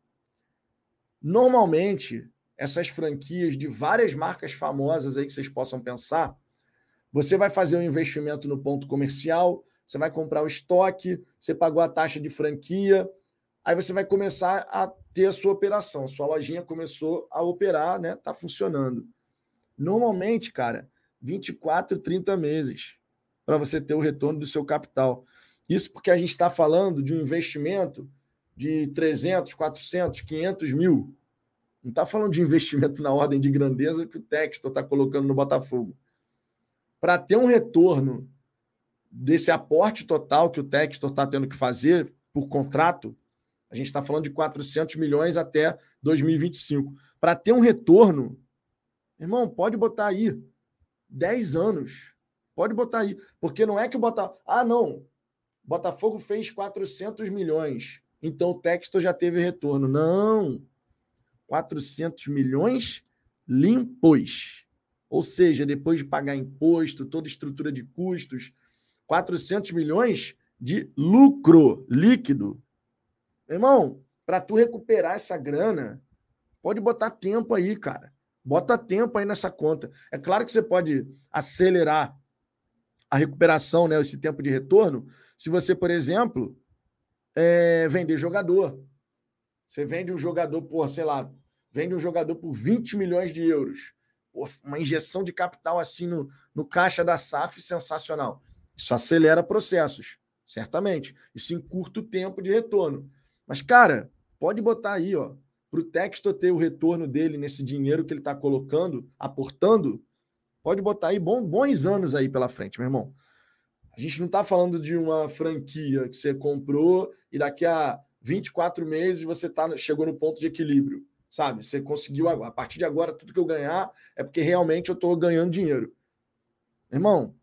Normalmente, essas franquias de várias marcas famosas aí que vocês possam pensar, você vai fazer um investimento no ponto comercial, você vai comprar o estoque, você pagou a taxa de franquia, aí você vai começar a ter a sua operação. Sua lojinha começou a operar, né? Tá funcionando. Normalmente, cara, 24, 30 meses para você ter o retorno do seu capital. Isso porque a gente está falando de um investimento de 300, 400, 500 mil. Não está falando de investimento na ordem de grandeza que o Textor está colocando no Botafogo. Para ter um retorno desse aporte total que o Textor está tendo que fazer por contrato, a gente está falando de 400 milhões até 2025. Para ter um retorno, irmão, pode botar aí 10 anos. Pode botar aí. Porque não é que o Botafogo... não. Botafogo fez 400 milhões. Então o Textor já teve retorno. Não. 400 milhões limpos. Ou seja, depois de pagar imposto, toda estrutura de custos, 400 milhões de lucro líquido. Irmão, para tu recuperar essa grana, pode botar tempo aí, cara. Bota tempo aí nessa conta. É claro que você pode acelerar a recuperação, né, esse tempo de retorno, se você, por exemplo, vender jogador. Você vende um jogador por, vende um jogador por 20 milhões de euros. Pô, uma injeção de capital assim no caixa da SAF, sensacional. Isso acelera processos, certamente. Isso encurta o tempo de retorno. Mas, cara, pode botar aí, ó, para o Textor ter o retorno dele nesse dinheiro que ele está colocando, aportando, pode botar aí bons anos aí pela frente, meu irmão. A gente não está falando de uma franquia que você comprou e daqui a 24 meses você chegou no ponto de equilíbrio, sabe? Você conseguiu agora. A partir de agora, tudo que eu ganhar é porque realmente eu estou ganhando dinheiro. Irmão,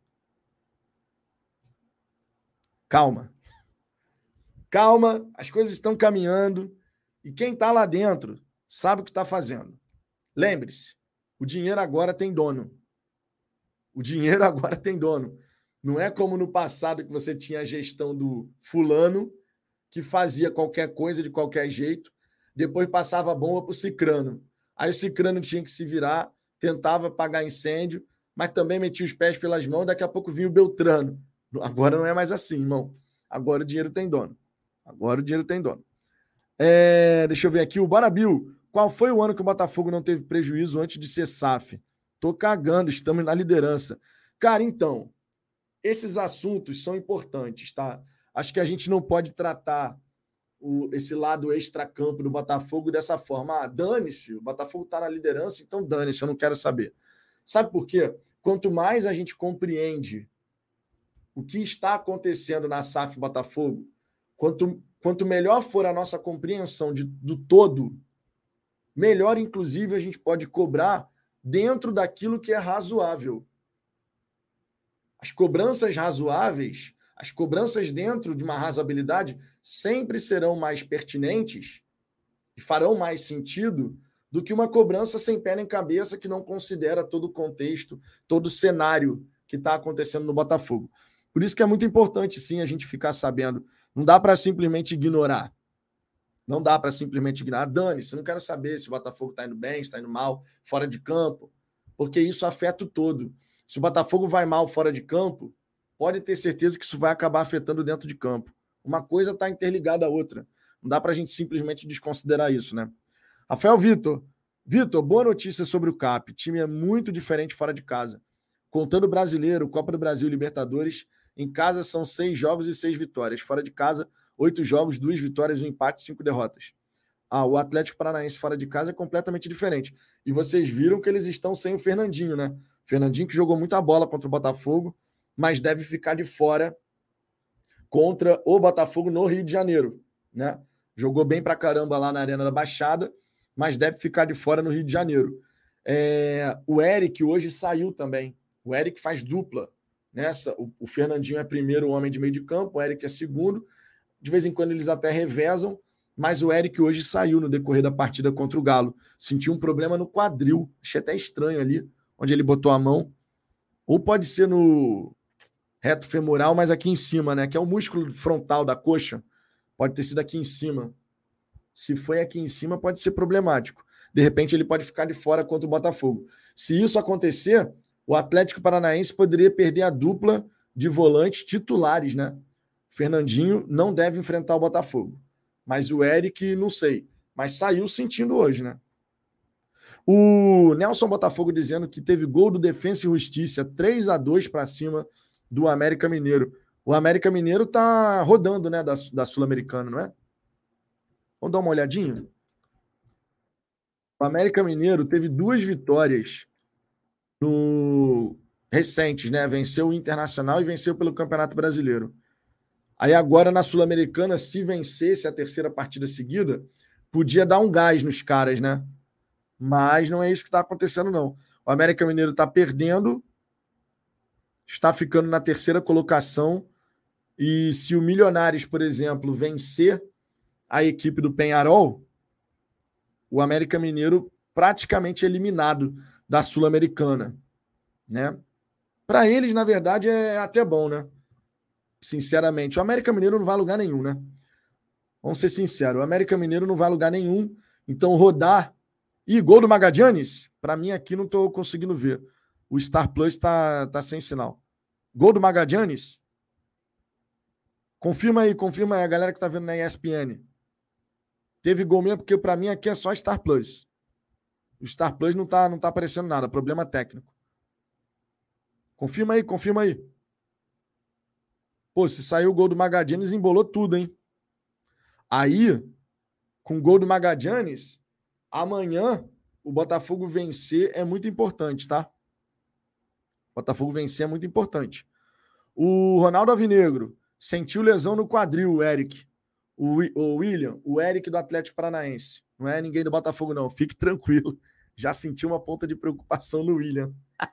calma. Calma, as coisas estão caminhando e quem está lá dentro sabe o que está fazendo. Lembre-se, o dinheiro agora tem dono. O dinheiro agora tem dono. Não é como no passado que você tinha a gestão do fulano que fazia qualquer coisa de qualquer jeito, depois passava a bomba para o cicrano. Aí o cicrano tinha que se virar, tentava apagar incêndio, mas também metia os pés pelas mãos, daqui a pouco vinha o Beltrano. Agora não é mais assim, irmão. Agora o dinheiro tem dono. Agora o dinheiro tem dono. Deixa eu ver aqui. O Barabil. Qual foi o ano que o Botafogo não teve prejuízo antes de ser SAF? Tô cagando, estamos na liderança. Cara, então, esses assuntos são importantes, tá? Acho que a gente não pode tratar esse lado extracampo do Botafogo dessa forma. Dane-se, o Botafogo está na liderança, então dane-se, eu não quero saber. Sabe por quê? Quanto mais a gente compreende o que está acontecendo na SAF Botafogo, quanto melhor for a nossa compreensão do todo, melhor, inclusive, a gente pode cobrar dentro daquilo que é razoável. As cobranças razoáveis, as cobranças dentro de uma razoabilidade sempre serão mais pertinentes e farão mais sentido do que uma cobrança sem pé nem cabeça que não considera todo o contexto, todo o cenário que está acontecendo no Botafogo. Por isso que é muito importante, sim, a gente ficar sabendo. Não dá para simplesmente ignorar. Não dá para simplesmente ignorar. Dane-se, eu não quero saber se o Botafogo está indo bem, se está indo mal, fora de campo, porque isso afeta o todo. Se o Botafogo vai mal fora de campo, pode ter certeza que isso vai acabar afetando dentro de campo. Uma coisa está interligada à outra. Não dá para a gente simplesmente desconsiderar isso, né? Rafael Vitor. Vitor, boa notícia sobre o CAP. O time é muito diferente fora de casa. Contando o Brasileiro, Copa do Brasil e Libertadores, em casa são 6 jogos e 6 vitórias. Fora de casa, 8 jogos, 2 vitórias, 1 empate e 5 derrotas. O Atlético Paranaense fora de casa é completamente diferente. E vocês viram que eles estão sem o Fernandinho, né? Fernandinho que jogou muita bola contra o Botafogo, mas deve ficar de fora contra o Botafogo no Rio de Janeiro, né? Jogou bem pra caramba lá na Arena da Baixada, mas deve ficar de fora no Rio de Janeiro. O Eric hoje saiu também. O Eric faz dupla nessa. O Fernandinho é primeiro homem de meio de campo, o Eric é segundo. De vez em quando eles até revezam, mas o Eric hoje saiu no decorrer da partida contra o Galo. Sentiu um problema no quadril. Achei até estranho ali, onde ele botou a mão. Ou pode ser no reto femoral, mas aqui em cima, né? Que é o músculo frontal da coxa. Pode ter sido aqui em cima. Se foi aqui em cima, pode ser problemático. De repente, ele pode ficar de fora contra o Botafogo. Se isso acontecer, o Atlético Paranaense poderia perder a dupla de volantes titulares, né? Fernandinho não deve enfrentar o Botafogo. Mas o Eric, não sei. Mas saiu sentindo hoje, né? O Nelson Botafogo dizendo que teve gol do Defensa e Justiça, 3-2 para cima do América Mineiro. O América Mineiro tá rodando, né, da Sul-Americana, não é? Vamos dar uma olhadinha? O América Mineiro teve 2 vitórias recentes, né? Venceu o Internacional e venceu pelo Campeonato Brasileiro. Aí agora na Sul-Americana, se vencesse a terceira partida seguida, podia dar um gás nos caras, né? Mas não é isso que está acontecendo, não. O América Mineiro está perdendo, está ficando na terceira colocação, e se o Milionários, por exemplo, vencer a equipe do Peñarol, o América Mineiro praticamente eliminado da Sul-Americana, né? Para eles, na verdade, é até bom, né? Sinceramente, o América Mineiro não vai a lugar nenhum, né? Vamos ser sinceros, o América Mineiro não vai a lugar nenhum, então rodar... E gol do Magadianes? Para mim aqui não estou conseguindo ver. O Star Plus tá sem sinal. Gol do Magadianes? Confirma aí, a galera que está vendo na ESPN. Teve gol mesmo, porque para mim aqui é só Star Plus. O Star Plus não tá aparecendo nada, problema técnico. Confirma aí. Pô, se saiu o gol do Magadianes, embolou tudo, hein? Aí, com o gol do Magadianes, amanhã o Botafogo vencer é muito importante, tá? Botafogo vencer é muito importante. O Ronaldo Alvinegro sentiu lesão no quadril, o Eric. O William, o Eric do Atlético Paranaense. Não é ninguém do Botafogo, não. Fique tranquilo. Já sentiu uma ponta de preocupação no William.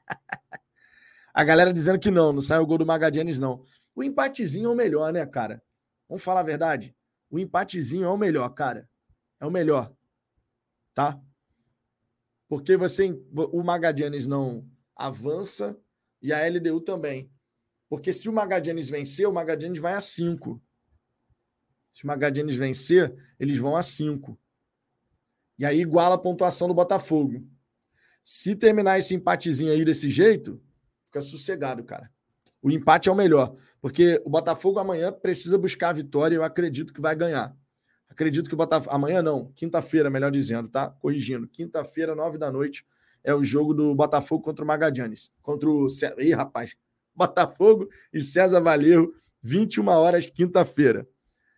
A galera dizendo que não saiu o gol do Magadianes, não. O empatezinho é o melhor, né, cara? Vamos falar a verdade? O empatezinho é o melhor, cara. É o melhor. Tá? Porque o Magadianes não avança e a LDU também. Porque se o Magadianes vencer, o Magadianes vai a 5. Se o Magadianes vencer, eles vão a 5. E aí iguala a pontuação do Botafogo. Se terminar esse empatezinho aí desse jeito, fica sossegado, cara. O empate é o melhor. Porque o Botafogo amanhã precisa buscar a vitória e eu acredito que vai ganhar. Acredito que o Botafogo... Amanhã não, quinta-feira, melhor dizendo, tá? Corrigindo. Quinta-feira, 9h é o jogo do Botafogo contra o Magadianes. Contra o... Ih, rapaz. Botafogo e César Valerro, 21h, quinta-feira.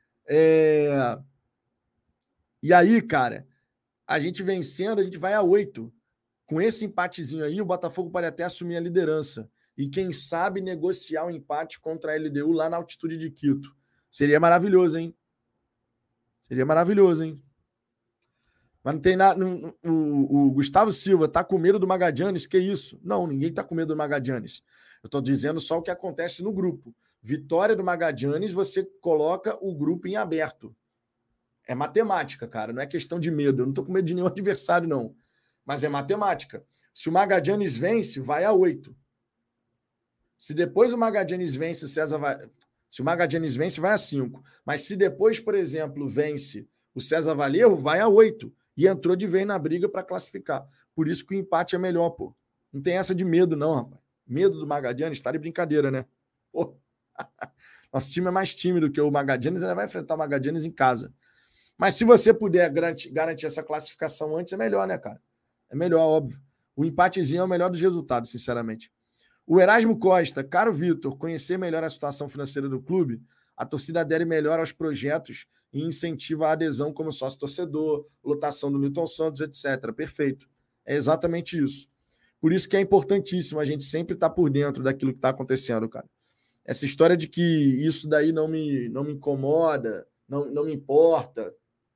E aí, cara, a gente vencendo, a gente vai a 8. Com esse empatezinho aí, o Botafogo pode até assumir a liderança. E quem sabe negociar o empate contra a LDU lá na altitude de Quito. Seria maravilhoso, hein? Seria maravilhoso, hein? Mas não tem nada... O Gustavo Silva tá com medo do Magadianes? Que isso? Não, ninguém tá com medo do Magadianes. Eu tô dizendo só o que acontece no grupo. Vitória do Magadianes, você coloca o grupo em aberto. É matemática, cara. Não é questão de medo. Eu não tô com medo de nenhum adversário, não. Mas é matemática. Se o Magadianes vence, vai a 8. Se depois o Magallanes vence, o César vai... Se o Magallanes vence, vai a 5. Mas se depois, por exemplo, vence o César Valerro, vai a 8. E entrou de vez na briga para classificar. Por isso que o empate é melhor, pô. Não tem essa de medo, não, rapaz. Medo do Magallanes, tá de brincadeira, né? Pô. Nosso time é mais tímido que o Magallanes, ele vai enfrentar o Magallanes em casa. Mas se você puder garantir essa classificação antes, é melhor, né, cara? É melhor, óbvio. O empatezinho é o melhor dos resultados, sinceramente. O Erasmo Costa, caro Vitor, conhecer melhor a situação financeira do clube, a torcida adere melhor aos projetos e incentiva a adesão como sócio-torcedor, lotação do Newton Santos, etc. Perfeito. É exatamente isso. Por isso que é importantíssimo a gente sempre estar por dentro daquilo que está acontecendo, cara. Essa história de que isso daí não me incomoda, não me importa,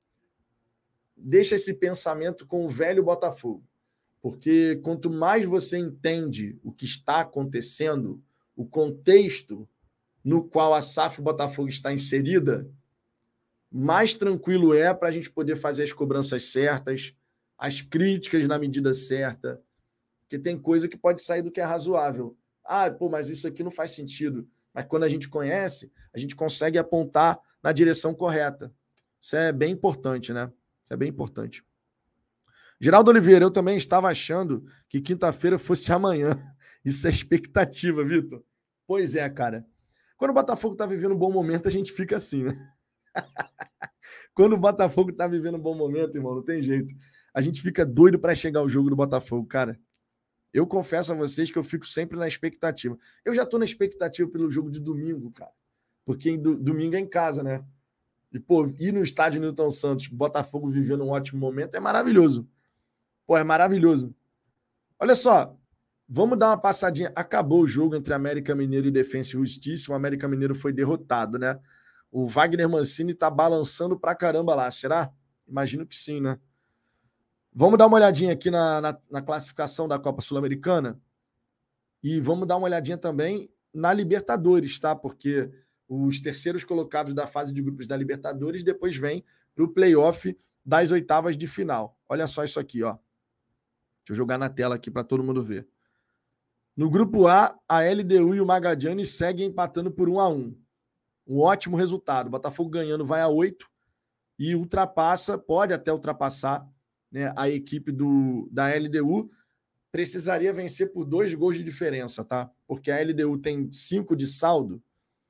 deixa esse pensamento com o velho Botafogo. Porque quanto mais você entende o que está acontecendo, o contexto no qual a SAF Botafogo está inserida, mais tranquilo é para a gente poder fazer as cobranças certas, as críticas na medida certa, porque tem coisa que pode sair do que é razoável. Ah, pô, mas isso aqui não faz sentido. Mas quando a gente conhece, a gente consegue apontar na direção correta. Isso é bem importante, né? Isso é bem importante. Geraldo Oliveira, eu também estava achando que quinta-feira fosse amanhã. Isso é expectativa, Vitor. Pois é, cara. Quando o Botafogo está vivendo um bom momento, a gente fica assim, né? Quando o Botafogo está vivendo um bom momento, irmão, não tem jeito. A gente fica doido para chegar ao jogo do Botafogo, cara. Eu confesso a vocês que eu fico sempre na expectativa. Eu já estou na expectativa pelo jogo de domingo, cara. Porque domingo é em casa, né? E, pô, ir no estádio Newton Santos, Botafogo vivendo um ótimo momento, é maravilhoso. Pô, é maravilhoso. Olha só, vamos dar uma passadinha. Acabou o jogo entre América Mineiro e Defensa e Justiça. O América Mineiro foi derrotado, né? O Wagner Mancini tá balançando pra caramba lá, será? Imagino que sim, né? Vamos dar uma olhadinha aqui na classificação da Copa Sul-Americana e vamos dar uma olhadinha também na Libertadores, tá? Porque os terceiros colocados da fase de grupos da Libertadores depois vêm para o play-off das oitavas de final. Olha só isso aqui, ó. Deixa eu jogar na tela aqui para todo mundo ver. No grupo A, a LDU e o Magallanes seguem empatando por 1-1. Um ótimo resultado. O Botafogo ganhando vai a 8 e pode até ultrapassar, né, a equipe da LDU. Precisaria vencer por 2 gols de diferença, tá? Porque a LDU tem 5 de saldo.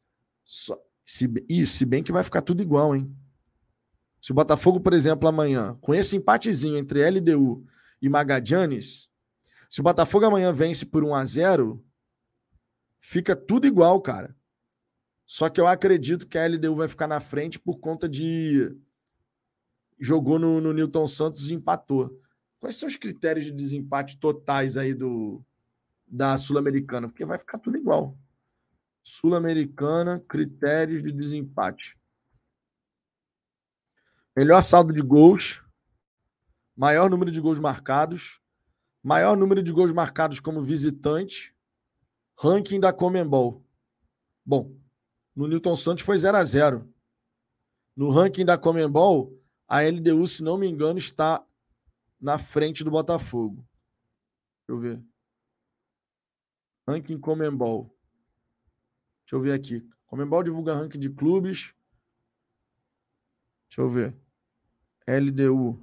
Se bem que vai ficar tudo igual, hein? Se o Botafogo, por exemplo, amanhã, com esse empatezinho entre LDU e Magallanes, se o Botafogo amanhã vence por 1-0, fica tudo igual, cara. Só que eu acredito que a LDU vai ficar na frente por conta de... Jogou no Newton Santos e empatou. Quais são os critérios de desempate totais aí da Sul-Americana? Porque vai ficar tudo igual. Sul-Americana, critérios de desempate. Melhor saldo de gols, maior número de gols marcados, maior número de gols marcados como visitante, ranking da Conmebol. Bom, no Newton Santos foi 0-0. No ranking da Conmebol, a LDU, se não me engano, está na frente do Botafogo. Deixa eu ver. Ranking Conmebol. Deixa eu ver aqui. Conmebol divulga ranking de clubes. Deixa eu ver. LDU.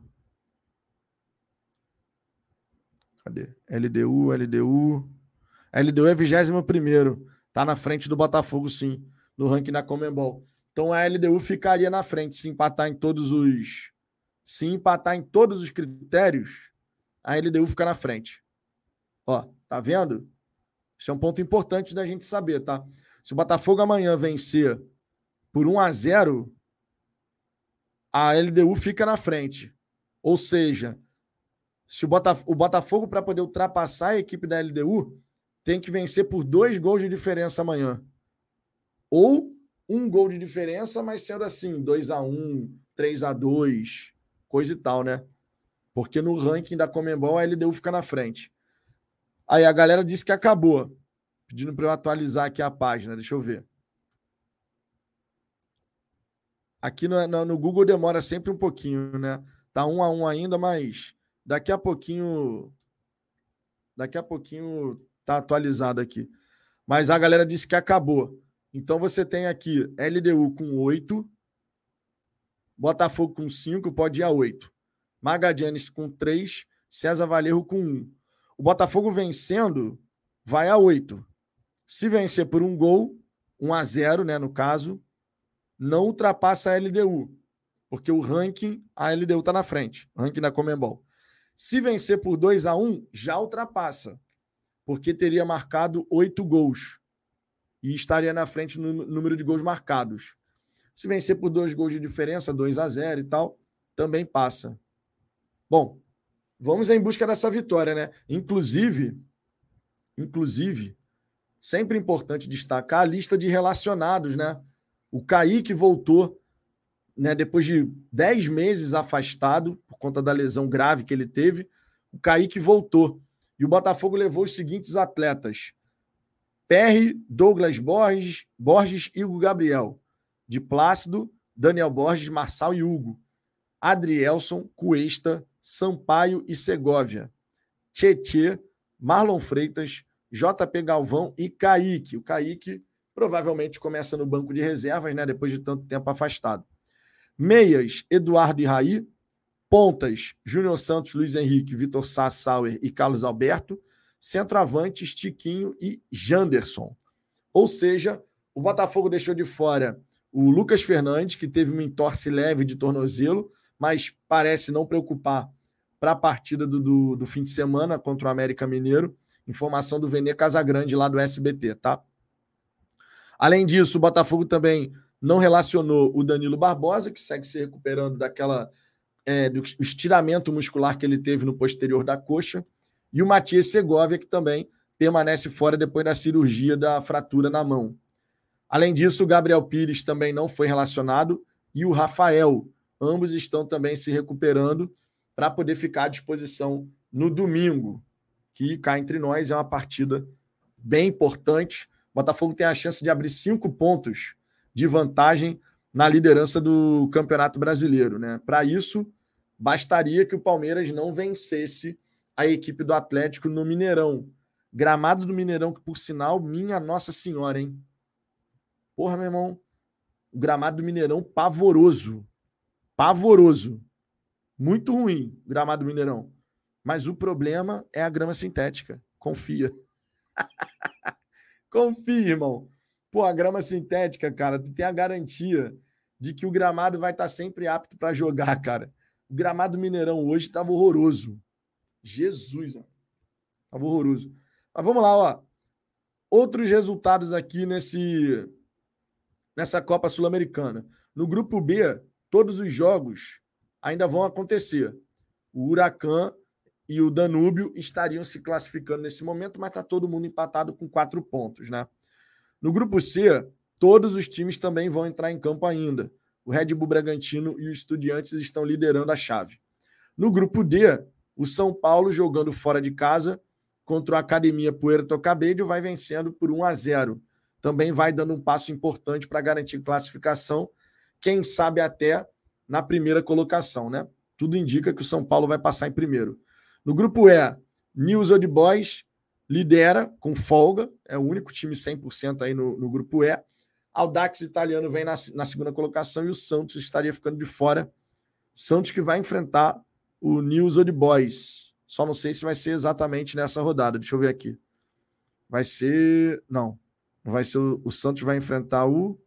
Cadê? LDU. LDU é 21º. Tá na frente do Botafogo, sim, no ranking da Conmebol. Então a LDU ficaria na frente se empatar em todos os... Se empatar em todos os critérios, a LDU fica na frente. Ó, tá vendo? Isso é um ponto importante da gente saber, tá? Se o Botafogo amanhã vencer por 1-0, a LDU fica na frente. Ou seja, se o Botafogo, para poder ultrapassar a equipe da LDU, tem que vencer por 2 gols de diferença amanhã. Ou 1 gol de diferença, mas sendo assim, 2-1, 3-2, coisa e tal, né? Porque no ranking da Conmebol a LDU fica na frente. Aí a galera disse que acabou. Pedindo para eu atualizar aqui a página, deixa eu ver. Aqui no Google demora sempre um pouquinho, né? Tá 1-1 ainda, mas daqui a pouquinho tá atualizado aqui. mas a galera disse que acabou. Então você tem aqui LDU com 8, Botafogo com 5, pode ir a 8. Magallanes com 3, César Valerro com 1. O Botafogo vencendo vai a 8. Se vencer por um gol, 1-0, né, no caso, não ultrapassa a LDU, porque o ranking, a LDU está na frente, o ranking da Conmebol. Se vencer por 2-1, já ultrapassa, porque teria marcado 8 gols e estaria na frente no número de gols marcados. Se vencer por 2 gols de diferença, 2-0 e tal, também passa. Bom, vamos em busca dessa vitória, né? Inclusive, sempre importante destacar a lista de relacionados, né? O Kaique voltou, né, depois de 10 meses afastado, por conta da lesão grave que ele teve. O Kaique voltou. E o Botafogo levou os seguintes atletas: Perry, Douglas Borges e Hugo Gabriel. De Plácido, Daniel Borges, Marçal e Hugo. Adrielson, Cuesta, Sampaio e Segovia. Tietê, Marlon Freitas, JP Galvão e Kaique. O Kaique provavelmente começa no banco de reservas, né, depois de tanto tempo afastado. Meias, Eduardo e Raí. Pontas, Júnior Santos, Luiz Henrique, Vitor Sá, Sauer e Carlos Alberto. Centroavantes, Tiquinho e Janderson. Ou seja, o Botafogo deixou de fora o Lucas Fernandes, que teve uma entorse leve de tornozelo, mas parece não preocupar para a partida do fim de semana contra o América Mineiro. Informação do Vene Casagrande, lá do SBT, tá? Além disso, o Botafogo também não relacionou o Danilo Barbosa, que segue se recuperando do estiramento muscular que ele teve no posterior da coxa, e o Matias Segovia, que também permanece fora depois da cirurgia da fratura na mão. Além disso, o Gabriel Pires também não foi relacionado, e o Rafael. Ambos estão também se recuperando para poder ficar à disposição no domingo, que cá entre nós é uma partida bem importante. O Botafogo tem a chance de abrir 5 pontos de vantagem na liderança do Campeonato Brasileiro, né? Para isso, bastaria que o Palmeiras não vencesse a equipe do Atlético no Mineirão. Gramado do Mineirão, que por sinal, minha Nossa Senhora, hein? Porra, meu irmão, o gramado do Mineirão pavoroso. Pavoroso. Muito ruim o gramado do Mineirão. Mas o problema é a grama sintética. Confia. Confia, irmão. Pô, a grama sintética, cara, tu tem a garantia de que o gramado vai estar sempre apto para jogar, cara. O gramado do Mineirão hoje estava horroroso. Jesus, mano. Estava horroroso. Mas vamos lá, ó. Outros resultados aqui nessa Copa Sul-Americana. No grupo B, todos os jogos ainda vão acontecer. O Huracan e o Danúbio estariam se classificando nesse momento, mas está todo mundo empatado com 4 pontos, né? No grupo C, todos os times também vão entrar em campo ainda. O Red Bull Bragantino e o Estudiantes estão liderando a chave. No grupo D, o São Paulo, jogando fora de casa contra a Academia Puerto Cabello, vai vencendo por 1-0. Também vai dando um passo importante para garantir classificação, quem sabe até na primeira colocação, né? Tudo indica que o São Paulo vai passar em primeiro. No grupo E, News Old Boys lidera com folga, é o único time 100% aí no grupo E. Audax Italiano vem na segunda colocação e o Santos estaria ficando de fora. Santos que vai enfrentar o News Old Boys. Só não sei se vai ser exatamente nessa rodada. Deixa eu ver aqui. Vai ser... Não vai ser o Santos vai enfrentar o...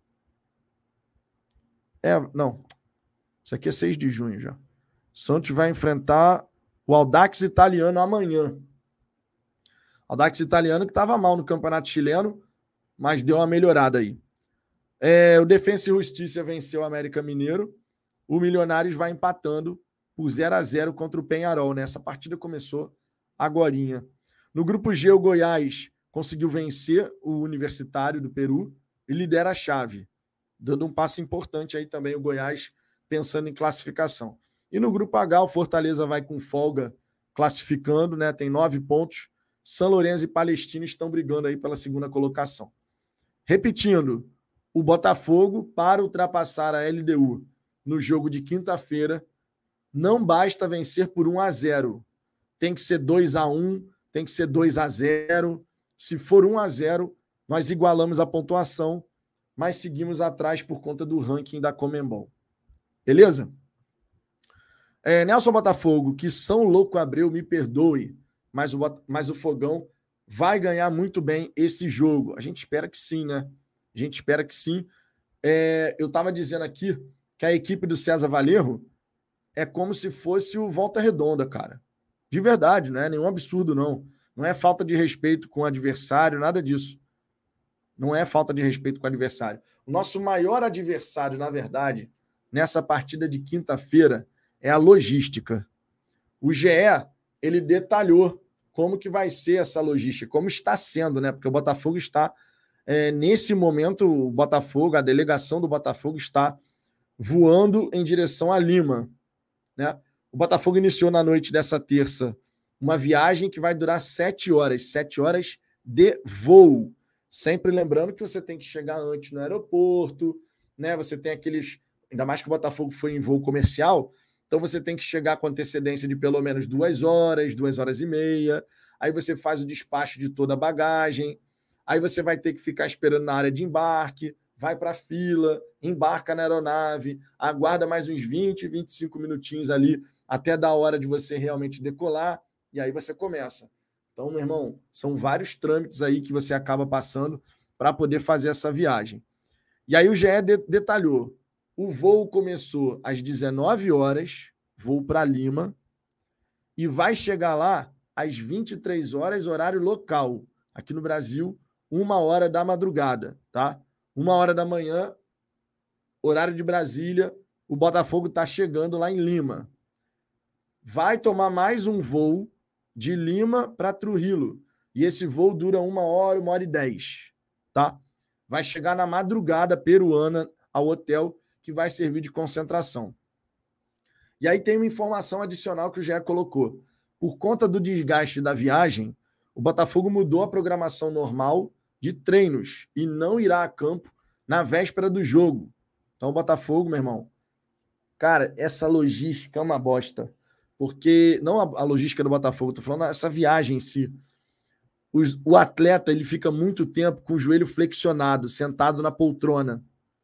Não. Isso aqui é 6 de junho já. Santos vai enfrentar o Audax Italiano amanhã. Audax Italiano que estava mal no Campeonato Chileno, mas deu uma melhorada aí. O Defensa e Justiça venceu o América Mineiro. O Milionários vai empatando por 0-0 contra o Peñarol, né? Essa partida começou agorinha. No grupo G, o Goiás conseguiu vencer o Universitário do Peru e lidera a chave, dando um passo importante aí também o Goiás pensando em classificação. E no grupo H, o Fortaleza vai com folga classificando, né? Tem 9 pontos. São Lourenço e Palestino estão brigando aí pela segunda colocação. Repetindo, o Botafogo, para ultrapassar a LDU no jogo de quinta-feira, não basta vencer por 1-0. Tem que ser 2-1, tem que ser 2-0. Se for 1-0, nós igualamos a pontuação, mas seguimos atrás por conta do ranking da Conmebol. Beleza? Nelson Botafogo, que São Louco Abreu, me perdoe, mas o Fogão vai ganhar muito bem esse jogo. A gente espera que sim, né? A gente espera que sim. Eu estava dizendo aqui que a equipe do César Valerro é como se fosse o Volta Redonda, cara. De verdade, não é nenhum absurdo, não. Não é falta de respeito com o adversário, nada disso. Não é falta de respeito com o adversário. O nosso maior adversário, na verdade, nessa partida de quinta-feira, é a logística. O GE, ele detalhou como que vai ser essa logística, como está sendo, né? Porque o Botafogo está, nesse momento, o Botafogo, a delegação do Botafogo está voando em direção a Lima, né? O Botafogo iniciou na noite dessa terça uma viagem que vai durar 7 horas de voo. Sempre lembrando que você tem que chegar antes no aeroporto, né? Você tem aqueles... Ainda mais que o Botafogo foi em voo comercial, então você tem que chegar com antecedência de pelo menos 2 horas, 2 horas e meia. Aí você faz o despacho de toda a bagagem. Aí você vai ter que ficar esperando na área de embarque, vai para a fila, embarca na aeronave, aguarda mais uns 20, 25 minutinhos ali até da hora de você realmente decolar, e aí você começa. Então, meu irmão, são vários trâmites aí que você acaba passando para poder fazer essa viagem. E aí o GE detalhou. O voo começou às 19 horas, voo para Lima, e vai chegar lá às 23 horas, horário local. Aqui no Brasil, 1h da madrugada, tá? 1h da manhã, horário de Brasília, o Botafogo está chegando lá em Lima. Vai tomar mais um voo de Lima para Trujillo. E esse voo dura 1h, 1h10, tá? Vai chegar na madrugada peruana ao hotel que vai servir de concentração. E aí tem uma informação adicional que o GE colocou. Por conta do desgaste da viagem, o Botafogo mudou a programação normal de treinos e não irá a campo na véspera do jogo. Então, o Botafogo, meu irmão, cara, essa logística é uma bosta. Porque, não a logística do Botafogo, estou falando essa viagem em si. O atleta ele fica muito tempo com o joelho flexionado, sentado na poltrona.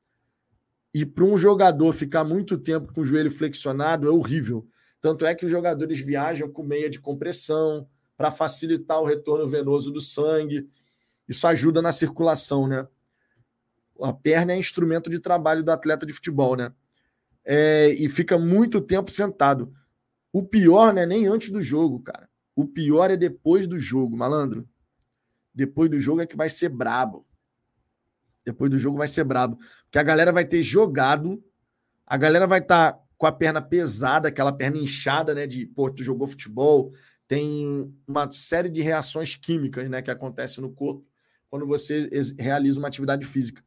E para um jogador ficar muito tempo com o joelho flexionado é horrível. Tanto é que os jogadores viajam com meia de compressão para facilitar o retorno venoso do sangue. Isso ajuda na circulação, né? A perna é instrumento de trabalho do atleta de futebol, né? E fica muito tempo sentado. O pior não é nem antes do jogo, cara. O pior é depois do jogo, malandro. Depois do jogo é que vai ser brabo. Depois do jogo vai ser brabo. Porque a galera vai ter jogado, a galera vai estar com a perna pesada, aquela perna inchada, né? Pô, tu jogou futebol. Tem uma série de reações químicas, né, que acontecem no corpo quando você realiza uma atividade física.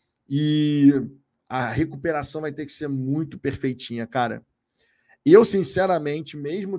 E a recuperação vai ter que ser muito perfeitinha, cara. Eu, sinceramente, mesmo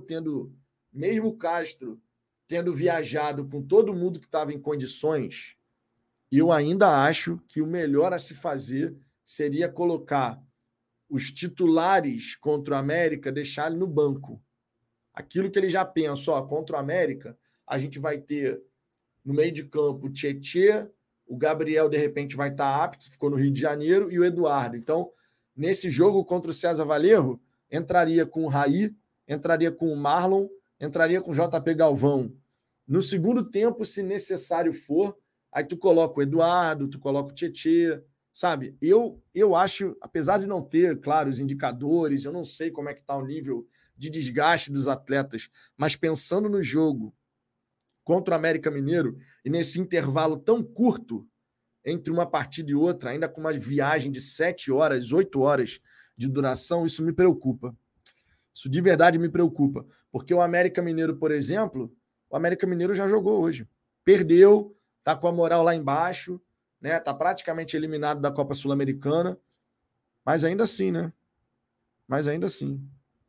o Castro tendo viajado com todo mundo que estava em condições, eu ainda acho que o melhor a se fazer seria colocar os titulares contra o América, deixar ele no banco. Aquilo que ele já pensa, contra o América, a gente vai ter no meio de campo o Tietê, o Gabriel, de repente, vai estar apto, ficou no Rio de Janeiro, e o Eduardo. Então, nesse jogo contra o César Valerro, entraria com o Raí, entraria com o Marlon, entraria com o JP Galvão. No segundo tempo, se necessário for, aí tu coloca o Eduardo, tu coloca o Tietê, sabe? Eu acho, apesar de não ter, claro, os indicadores, eu não sei como é que está o nível de desgaste dos atletas, mas pensando no jogo contra o América Mineiro, e nesse intervalo tão curto entre uma partida e outra, ainda com uma viagem de 7 horas, 8 horas de duração, isso me preocupa. Isso de verdade me preocupa. Porque o América Mineiro, por exemplo, o América Mineiro já jogou hoje. Perdeu, tá com a moral lá embaixo, né? Tá praticamente eliminado da Copa Sul-Americana, mas ainda assim, né? Mas ainda assim.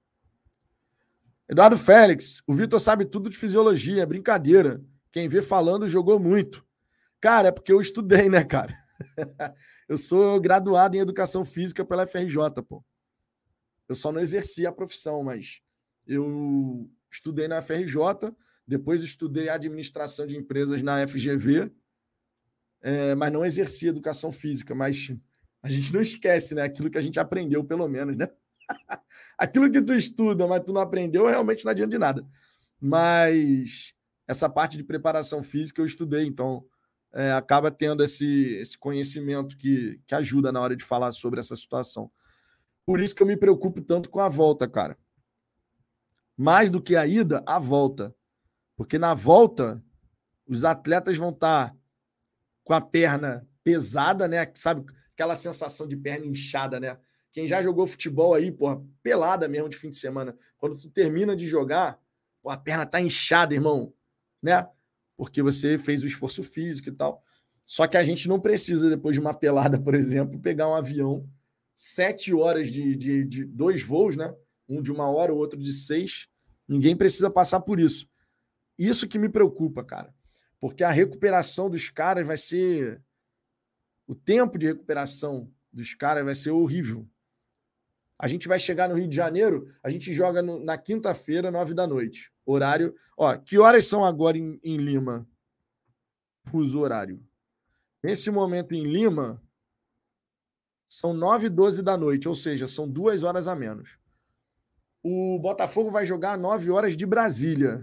Eduardo Félix, o Vitor sabe tudo de fisiologia, é brincadeira. Quem vê falando jogou muito. Cara, é porque eu estudei, né, cara? Eu sou graduado em Educação Física pela FRJ, pô. Eu só não exerci a profissão, mas eu estudei na FRJ, Depois estudei administração de empresas na FGV, mas não exerci educação física. Mas a gente não esquece, né? Aquilo que a gente aprendeu, pelo menos, né? Aquilo que tu estuda, mas tu não aprendeu, realmente não adianta de nada. Mas essa parte de preparação física eu estudei, então acaba tendo esse conhecimento que ajuda na hora de falar sobre essa situação. Por isso que eu me preocupo tanto com a volta, cara. Mais do que a ida, a volta. Porque na volta, os atletas vão estar com a perna pesada, né? Sabe aquela sensação de perna inchada, né? Quem já jogou futebol aí, porra, pelada mesmo de fim de semana, quando tu termina de jogar, porra, a perna tá inchada, irmão, né? Porque você fez o esforço físico e tal. Só que a gente não precisa, depois de uma pelada, por exemplo, pegar um avião, 7 horas de 2 voos, né? Um de 1 hora, o outro de 6. Ninguém precisa passar por isso. Isso que me preocupa, cara. Porque a recuperação dos caras vai ser... O tempo de recuperação dos caras vai ser horrível. A gente vai chegar no Rio de Janeiro, a gente joga na quinta-feira, 9 da noite. Horário... Ó, que horas são agora em Lima? Fuso horário. Nesse momento em Lima, são 9h12 da noite, ou seja, são 2 horas a menos. O Botafogo vai jogar 9 horas de Brasília.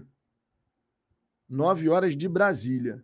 9 horas de Brasília.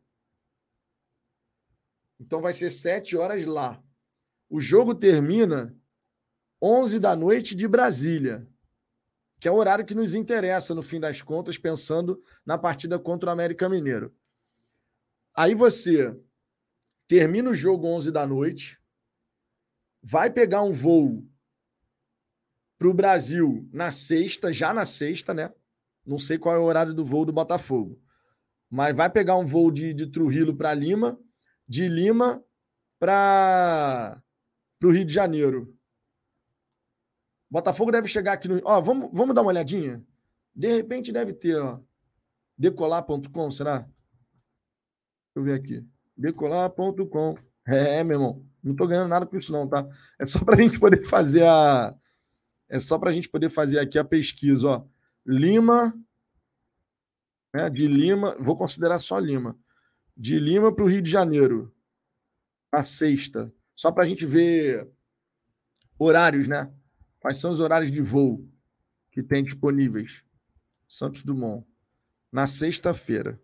Então vai ser 7 horas lá. O jogo termina 11 da noite de Brasília, que é o horário que nos interessa, no fim das contas, pensando na partida contra o América Mineiro. Aí você termina o jogo 11 da noite, vai pegar um voo para o Brasil na sexta, já na sexta, né? Não sei qual é o horário do voo do Botafogo, mas vai pegar um voo de Trujillo para Lima, de Lima para o Rio de Janeiro. Botafogo deve chegar aqui no... Ó, vamos dar uma olhadinha? De repente deve ter, ó. Decolar.com, será? Deixa eu ver aqui. Decolar.com. Meu irmão. Não tô ganhando nada com isso não, tá? É só pra gente poder fazer a... É só pra gente poder fazer aqui a pesquisa, ó. Lima... Né, de Lima... Vou considerar só Lima. De Lima para o Rio de Janeiro. Na sexta. Só pra gente ver horários, né? Quais são os horários de voo que tem disponíveis? Santos Dumont. Na sexta-feira.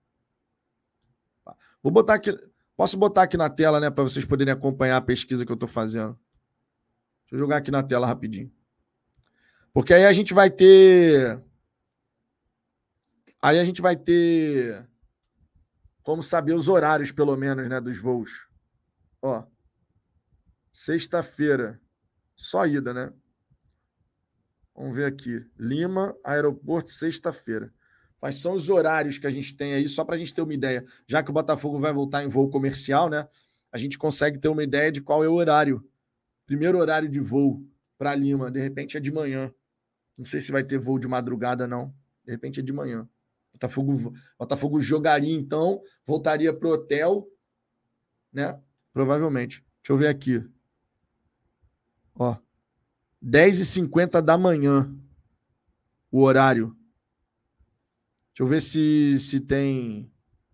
Vou botar aqui. Posso botar aqui na tela, né? Para vocês poderem acompanhar a pesquisa que eu estou fazendo. Deixa eu jogar aqui na tela rapidinho. Porque aí a gente vai ter. Aí a gente vai ter. Como saber os horários, pelo menos, né? Dos voos. Ó. Sexta-feira. Só ida, né? Vamos ver aqui. Lima, aeroporto, sexta-feira. Quais são os horários que a gente tem aí, só para a gente ter uma ideia. Já que o Botafogo vai voltar em voo comercial, né? A gente consegue ter uma ideia de qual é o horário. Primeiro horário de voo para Lima. De repente é de manhã. Não sei se vai ter voo de madrugada, não. De repente é de manhã. Botafogo jogaria, então, voltaria para o hotel, né? Provavelmente. Deixa eu ver aqui. Ó. 10h50 da manhã. O horário. Deixa eu ver se tem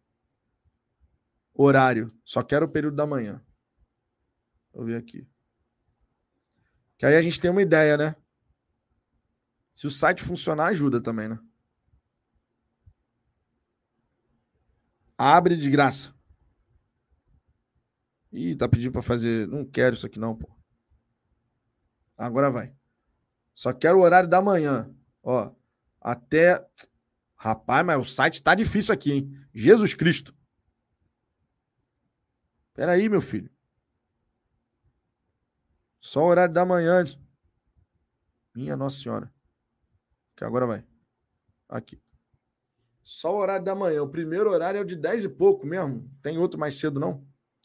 horário. Só quero o período da manhã. Deixa eu ver aqui. Que aí a gente tem uma ideia, né? Se o site funcionar, ajuda também, né? Abre de graça. Ih, tá pedindo pra fazer... Não quero isso aqui não, pô. Agora vai. Só quero o horário da manhã. Ó, até... Rapaz, mas o site tá difícil aqui, hein? Jesus Cristo. Pera aí, meu filho. Só o horário da manhã. Minha Nossa Senhora. Que agora vai. Aqui. Só o horário da manhã. O primeiro horário é o de 10 e pouco mesmo. Tem outro mais cedo, não?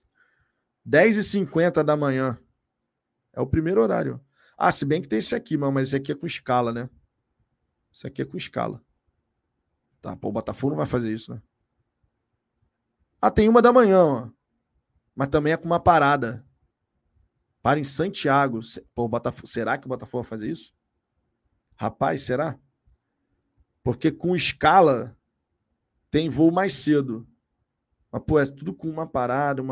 10h50 da manhã. É o primeiro horário. Ah, se bem que tem esse aqui, mas esse aqui é com escala, né? Esse aqui é com escala. Tá, pô, o Botafogo não vai fazer isso, né? Ah, tem uma da manhã, ó. Mas também é com uma parada. Para em Santiago. Pô, Botafogo... Será que o Botafogo vai fazer isso? Rapaz, será? Porque com escala... tem voo mais cedo. Mas, pô, é tudo com uma parada.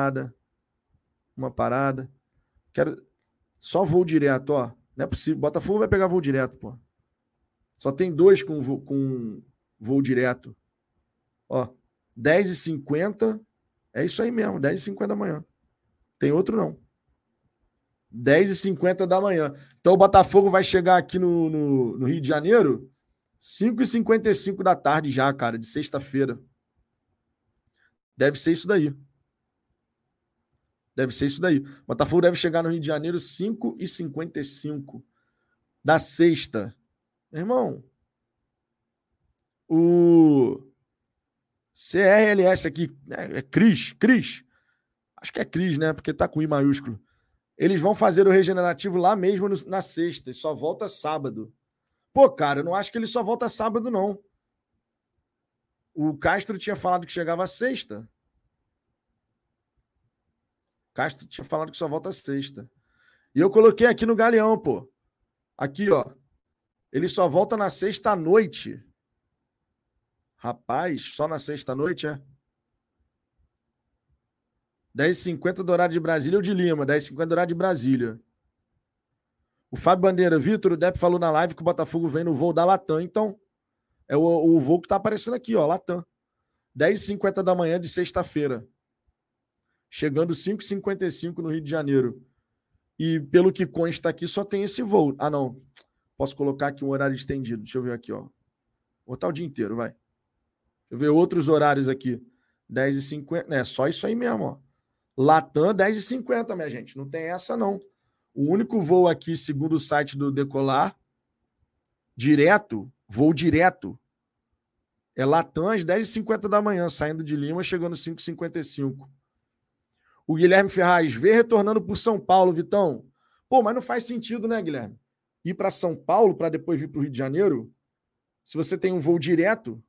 Quero só voo direto, ó. Não é possível. Botafogo vai pegar voo direto, pô. Só tem 2 com voo direto. Ó, 10h50. É isso aí mesmo, 10h50 da manhã. Tem outro não. 10h50 da manhã. Então o Botafogo vai chegar aqui no Rio de Janeiro 5h55 da tarde já, cara, de sexta-feira. Deve ser isso daí. O Botafogo deve chegar no Rio de Janeiro 5h55 da sexta. Meu irmão, o CRLS aqui, é Cris. Acho que é Cris, né? Porque tá com I maiúsculo. Eles vão fazer o regenerativo lá mesmo na sexta e só volta sábado. Pô, cara, eu não acho que ele só volta sábado, não. O Castro tinha falado que chegava sexta. Castro tinha falado que só volta sexta. E eu coloquei aqui no Galeão, pô. Aqui, ó. Ele só volta na sexta à noite. Rapaz, só na sexta à noite, é? 10h50 do horário de Brasília ou de Lima? 10h50 do horário de Brasília. O Fábio Bandeira, Vitor, o Depp falou na live que o Botafogo vem no voo da Latam. Então, é o voo que tá aparecendo aqui, ó, Latam. 10h50 da manhã de sexta-feira. Chegando 5h55 no Rio de Janeiro. E pelo que consta aqui, só tem esse voo. Ah, não. Posso colocar aqui um horário estendido. Deixa eu ver aqui, ó. Vou botar o dia inteiro, vai. Deixa eu ver outros horários aqui. 10h50. É só isso aí mesmo, ó. Latam, 10h50, minha gente. Não tem essa, não. O único voo aqui, segundo o site do Decolar, voo direto, é Latam às 10h50 da manhã, saindo de Lima, chegando 5h55. O Guilherme Ferraz, vê retornando por São Paulo, Vitão. Pô, mas não faz sentido, né, Guilherme? Ir para São Paulo para depois vir para o Rio de Janeiro? Se você tem um voo direto,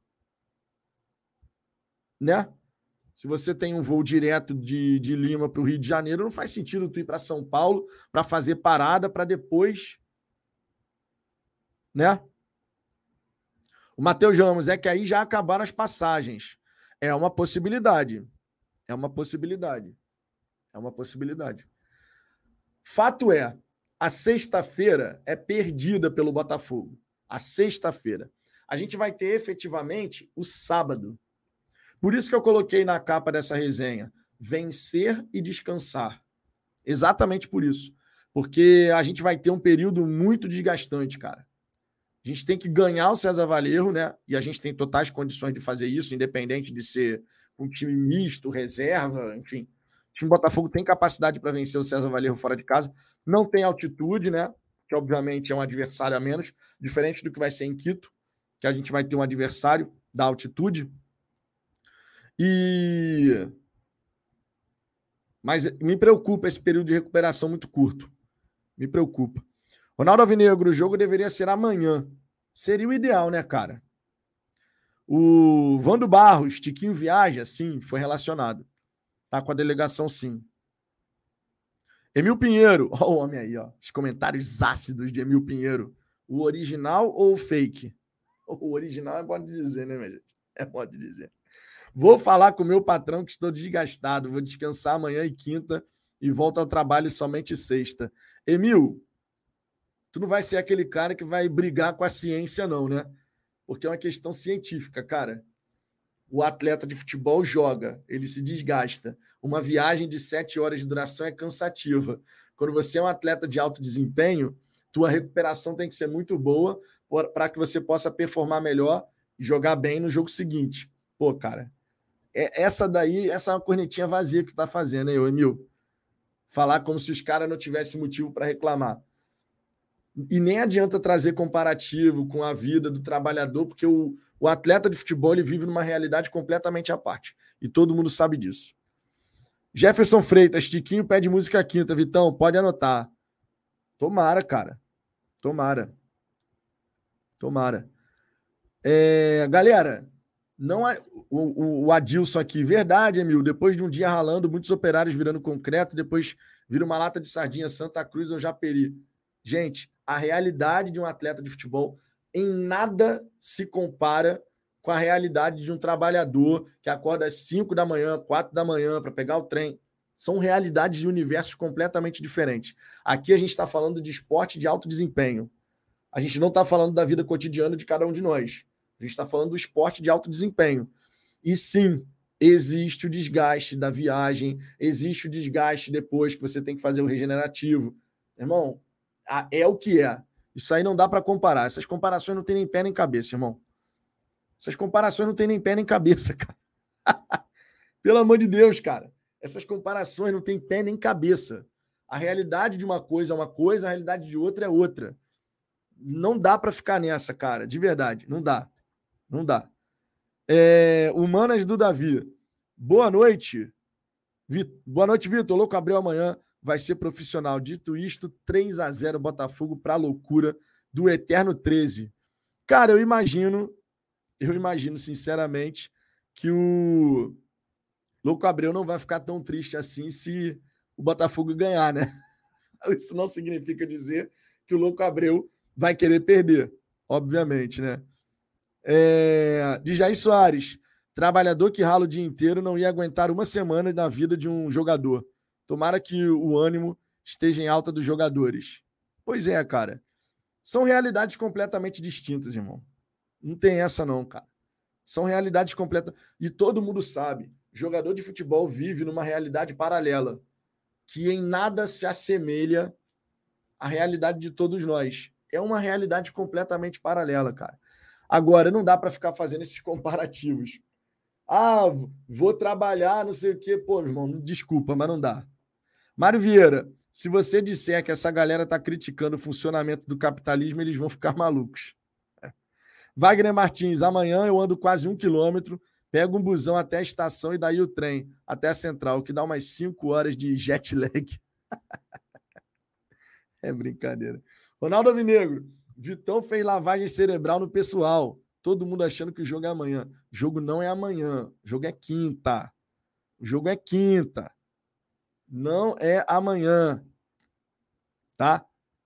né? Se você tem um voo direto de Lima para o Rio de Janeiro, não faz sentido tu ir para São Paulo para fazer parada para depois, né? O Matheus Ramos, é que aí já acabaram as passagens. É uma possibilidade. Fato é, a sexta-feira é perdida pelo Botafogo. A sexta-feira. A gente vai ter efetivamente o sábado. Por isso que eu coloquei na capa dessa resenha, vencer e descansar. Exatamente por isso. Porque a gente vai ter um período muito desgastante, cara. A gente tem que ganhar o César Valerro, né? E a gente tem totais condições de fazer isso, independente de ser um time misto, reserva, enfim. O time Botafogo tem capacidade para vencer o César Valerro fora de casa. Não tem altitude, né? Que obviamente é um adversário a menos, diferente do que vai ser em Quito, que a gente vai ter um adversário da altitude. Mas me preocupa esse período de recuperação muito curto. Me preocupa. Ronaldo Alvinegro, o jogo deveria ser amanhã. Seria o ideal, né, cara? O Vando Barros, Tiquinho viaja? Sim, foi relacionado. Tá com a delegação, sim. Emil Pinheiro. Olha o homem aí, ó. Os comentários ácidos de Emil Pinheiro. O original ou o fake? O original é modo de dizer, né, minha gente? É modo de dizer. Vou falar com o meu patrão que estou desgastado. Vou descansar amanhã e quinta e volto ao trabalho somente sexta. Emil, tu não vai ser aquele cara que vai brigar com a ciência, não, né? Porque é uma questão científica, cara. O atleta de futebol joga, ele se desgasta. Uma viagem de 7 horas de duração é cansativa. Quando você é um atleta de alto desempenho, tua recuperação tem que ser muito boa para que você possa performar melhor e jogar bem no jogo seguinte. Pô, cara, essa é uma cornetinha vazia que tu tá fazendo, hein, Emil? Falar como se os caras não tivessem motivo para reclamar. E nem adianta trazer comparativo com a vida do trabalhador, porque o atleta de futebol ele vive numa realidade completamente à parte. E todo mundo sabe disso. Jefferson Freitas, Tiquinho pede música quinta. Vitão, pode anotar. Tomara, cara. Tomara. Galera, não é o Adilson aqui. Verdade, Emil. Depois de um dia ralando, muitos operários virando concreto, depois vira uma lata de sardinha Santa Cruz ou Japeri. Gente, a realidade de um atleta de futebol em nada se compara com a realidade de um trabalhador que acorda às 5 da manhã, 4 da manhã para pegar o trem. São realidades e universos completamente diferentes. Aqui a gente está falando de esporte de alto desempenho. A gente não está falando da vida cotidiana de cada um de nós. A gente está falando do esporte de alto desempenho. E sim, existe o desgaste da viagem, existe o desgaste depois que você tem que fazer o regenerativo. Irmão, é o que é. Isso aí não dá para comparar. Essas comparações não têm nem pé nem cabeça, irmão. Essas comparações não têm nem pé nem cabeça, cara. Pelo amor de Deus, cara. Essas comparações não têm pé nem cabeça. A realidade de uma coisa é uma coisa, a realidade de outra é outra. Não dá para ficar nessa, cara. De verdade. Não dá. Não dá. Humanas do Davi. Boa noite. Boa noite, Vitor. Louco Abreu amanhã vai ser profissional. Dito isto, 3-0 Botafogo para a loucura do Eterno 13. Cara, eu imagino sinceramente que o Louco Abreu não vai ficar tão triste assim se o Botafogo ganhar, né? Isso não significa dizer que o Louco Abreu vai querer perder, obviamente, né? De Jair Soares, trabalhador que rala o dia inteiro não ia aguentar uma semana na vida de um jogador. Tomara que o ânimo esteja em alta dos jogadores. Pois é, cara. São realidades completamente distintas, irmão. Não tem essa não, cara. São realidades completas. E todo mundo sabe, jogador de futebol vive numa realidade paralela, que em nada se assemelha à realidade de todos nós. É uma realidade completamente paralela, cara. Agora, não dá para ficar fazendo esses comparativos. Vou trabalhar, não sei o quê. Pô, irmão, desculpa, mas não dá. Mário Vieira, se você disser que essa galera está criticando o funcionamento do capitalismo, eles vão ficar malucos. Wagner Martins, amanhã eu ando quase 1 quilômetro, pego um busão até a estação e daí o trem até a central, que dá umas 5 horas de jet lag. É brincadeira. Ronaldo Alvinegro, Vitão fez lavagem cerebral no pessoal. Todo mundo achando que o jogo é amanhã. O jogo não é amanhã. O jogo é quinta. O jogo é quinta. Não é amanhã. Tá?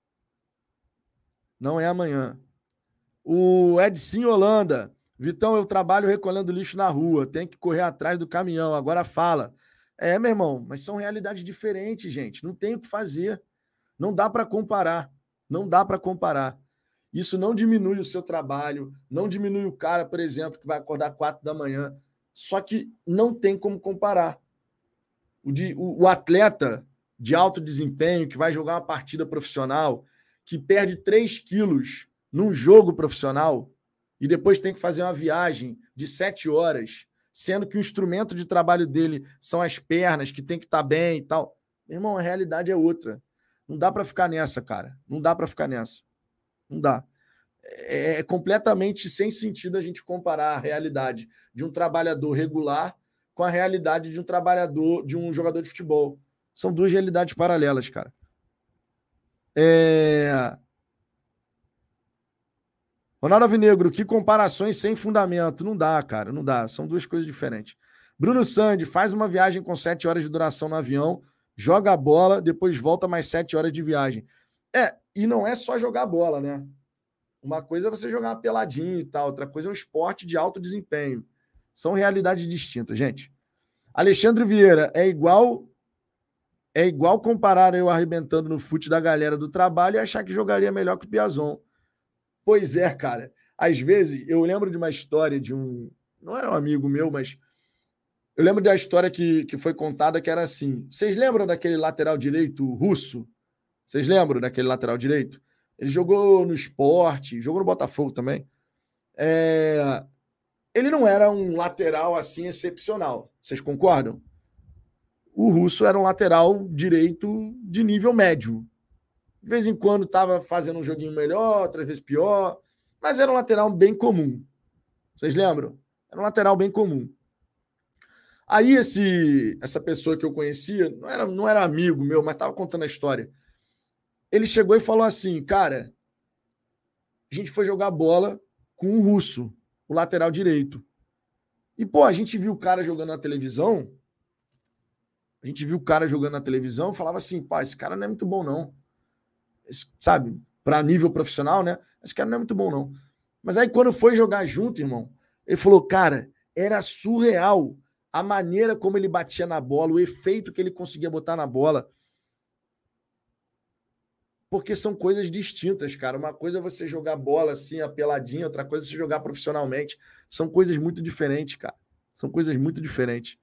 Não é amanhã. O Edson Holanda. Vitão, eu trabalho recolhendo lixo na rua. Tem que correr atrás do caminhão. Agora fala. Meu irmão, mas são realidades diferentes, gente. Não tem o que fazer. Não dá para comparar. Não dá para comparar. Isso não diminui o seu trabalho, não diminui o cara, por exemplo, que vai acordar 4 da manhã. Só que não tem como comparar. O atleta de alto desempenho que vai jogar uma partida profissional, que perde 3 quilos num jogo profissional e depois tem que fazer uma viagem de 7 horas, sendo que o instrumento de trabalho dele são as pernas, que tem que estar bem e tal. Meu irmão, a realidade é outra. Não dá para ficar nessa, cara. Não dá para ficar nessa. Não dá. É completamente sem sentido a gente comparar a realidade de um trabalhador regular com a realidade de um trabalhador, de um jogador de futebol. São duas realidades paralelas, cara. Ronaldo Alvinegro, que comparações sem fundamento. Não dá, cara, não dá. São duas coisas diferentes. Bruno Sandi, faz uma viagem com 7 horas de duração no avião, joga a bola, depois volta mais 7 horas de viagem. E não é só jogar bola, né? Uma coisa é você jogar uma peladinha e tal, outra coisa é um esporte de alto desempenho. São realidades distintas, gente. Alexandre Vieira, é igual comparar eu arrebentando no fute da galera do trabalho e achar que jogaria melhor que o Piazon. Pois é, cara. Às vezes, eu lembro de uma história de um... Não era um amigo meu, mas... Eu lembro da história que foi contada que era assim. Vocês lembram daquele lateral direito russo? Vocês lembram daquele lateral direito? Ele jogou no Sport, jogou no Botafogo também. Ele não era um lateral assim excepcional. Vocês concordam? O russo era um lateral direito de nível médio. De vez em quando estava fazendo um joguinho melhor, outras vezes pior, mas era um lateral bem comum. Vocês lembram? Era um lateral bem comum. Aí essa pessoa que eu conhecia, não era amigo meu, mas estava contando a história. Ele chegou e falou assim, cara, a gente foi jogar bola com um russo, o lateral direito. E, a gente viu o cara jogando na televisão, e falava assim, esse cara não é muito bom, não. Sabe, para nível profissional, né? Esse cara não é muito bom, não. Mas aí, quando foi jogar junto, irmão, Ele falou, cara, era surreal a maneira como ele batia na bola, o efeito que ele conseguia botar na bola. Porque são coisas distintas, cara. Uma coisa é você jogar bola assim, apeladinha, outra coisa é você jogar profissionalmente. São coisas muito diferentes, cara. São coisas muito diferentes.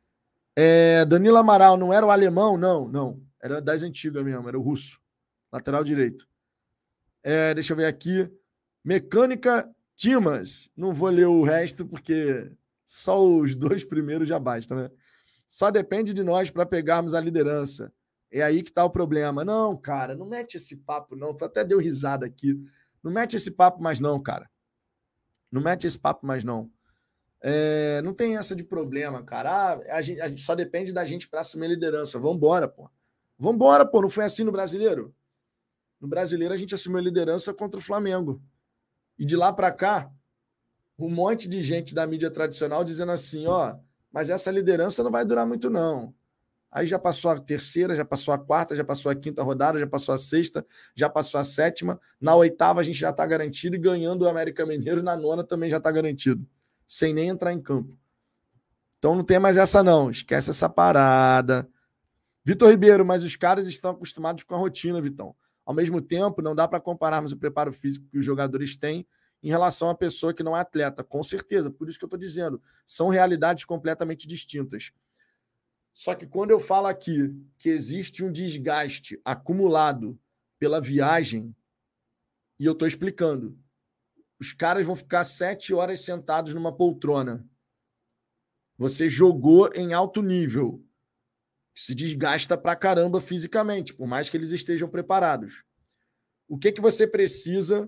Danilo Amaral, não era o alemão? Não, não. Era das antigas mesmo, era o russo. Lateral direito. Deixa eu ver aqui. Mecânica Timas. Não vou ler o resto, porque só os 2 primeiros já basta, né? Só depende de nós para pegarmos a liderança. É aí que está o problema. Não, cara, não mete esse papo, não. Tu até deu risada aqui. Não mete esse papo mais, não, cara. Não mete esse papo mais, não. Não tem essa de problema, cara. A gente só depende da gente para assumir a liderança. Vambora, pô. Vambora, pô. Não foi assim no Brasileiro? No Brasileiro, a gente assumiu a liderança contra o Flamengo. E de lá para cá, um monte de gente da mídia tradicional dizendo assim, ó, mas essa liderança não vai durar muito, não. Aí já passou a terceira, já passou a quarta, já passou a quinta rodada, já passou a sexta, já passou a sétima. Na oitava a gente já está garantido e ganhando o América Mineiro na nona também já está garantido, sem nem entrar em campo. Então não tem mais essa não, esquece essa parada. Vitor Ribeiro, mas os caras estão acostumados com a rotina, Vitão. Ao mesmo tempo, não dá para compararmos o preparo físico que os jogadores têm em relação à pessoa que não é atleta. Com certeza, por isso que eu estou dizendo, são realidades completamente distintas. Só que quando eu falo aqui que existe um desgaste acumulado pela viagem, e eu estou explicando, os caras vão ficar 7 horas sentados numa poltrona. Você jogou em alto nível, se desgasta pra caramba fisicamente, por mais que eles estejam preparados. O que você precisa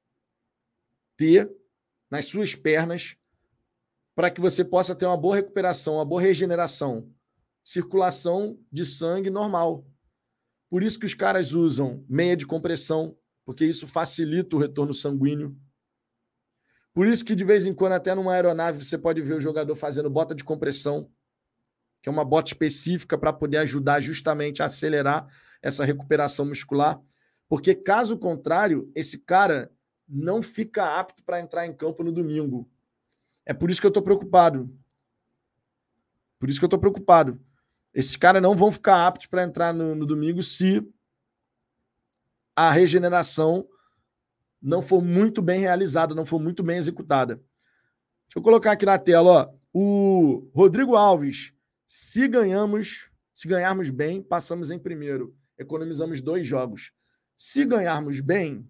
ter nas suas pernas para que você possa ter uma boa recuperação, uma boa regeneração? Circulação de sangue normal. Por isso que os caras usam meia de compressão, porque isso facilita o retorno sanguíneo. Por isso que de vez em quando, até numa aeronave, você pode ver o jogador fazendo bota de compressão, que é uma bota específica para poder ajudar justamente a acelerar essa recuperação muscular. Porque, caso contrário, esse cara não fica apto para entrar em campo no domingo. É por isso que eu estou preocupado. Por isso que eu estou preocupado. Esses caras não vão ficar aptos para entrar no domingo se a regeneração não for muito bem realizada, não for muito bem executada. Deixa eu colocar aqui na tela, ó. O Rodrigo Alves. Se ganharmos bem, passamos em primeiro. Economizamos 2 jogos. Se ganharmos bem,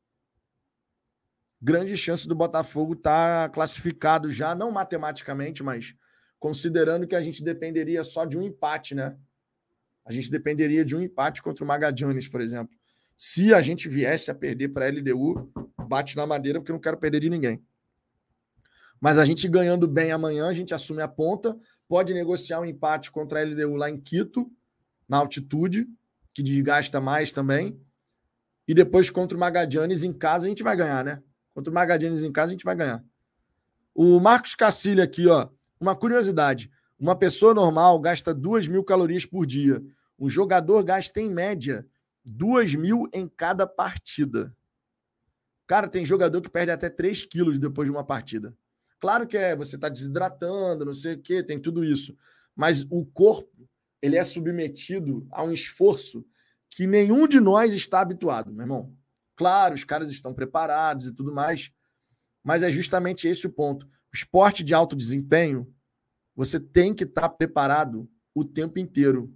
grande chance do Botafogo estar classificado já, não matematicamente, mas considerando que a gente dependeria só de um empate, né? A gente dependeria de um empate contra o Magallanes, por exemplo. Se a gente viesse a perder para a LDU, bate na madeira, porque eu não quero perder de ninguém. Mas a gente ganhando bem amanhã, a gente assume a ponta, pode negociar um empate contra a LDU lá em Quito, na altitude, que desgasta mais também. E depois contra o Magallanes em casa a gente vai ganhar, né? Contra o Magallanes em casa a gente vai ganhar. O Marcos Cacilha aqui, ó. Uma curiosidade. Uma pessoa normal gasta 2.000 calorias por dia. Um jogador gasta, em média, 2.000 em cada partida. Cara, tem jogador que perde até 3 quilos depois de uma partida. Claro que você está desidratando, não sei o quê, tem tudo isso. Mas o corpo, ele é submetido a um esforço que nenhum de nós está habituado, meu irmão. Claro, os caras estão preparados e tudo mais, mas é justamente esse o ponto. O esporte de alto desempenho, você tem que estar preparado o tempo inteiro.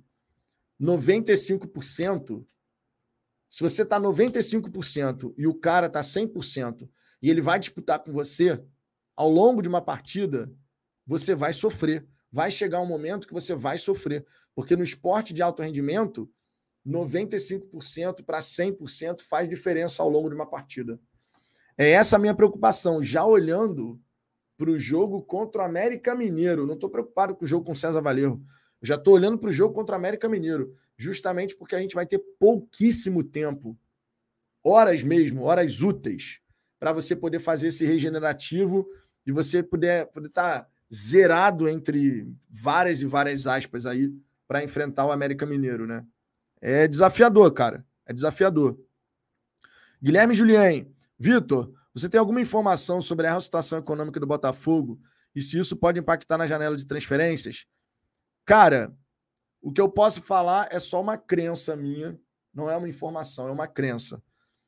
95%, se você está 95% e o cara está 100% e ele vai disputar com você, ao longo de uma partida, você vai sofrer. Vai chegar um momento que você vai sofrer. Porque no esporte de alto rendimento, 95% para 100% faz diferença ao longo de uma partida. É essa a minha preocupação. Já olhando para o jogo contra o América Mineiro, não estou preocupado com o jogo com o César Valerro. Já estou olhando para o jogo contra o América Mineiro, justamente porque a gente vai ter pouquíssimo tempo, horas mesmo, horas úteis, para você poder fazer esse regenerativo e você poder estar zerado entre várias e várias aspas aí para enfrentar o América Mineiro, né? É desafiador, cara. É desafiador. Guilherme Julien. Vitor, Você tem alguma informação sobre a real situação econômica do Botafogo e se isso pode impactar na janela de transferências? Cara, o que eu posso falar é só uma crença minha, não é uma informação, é uma crença.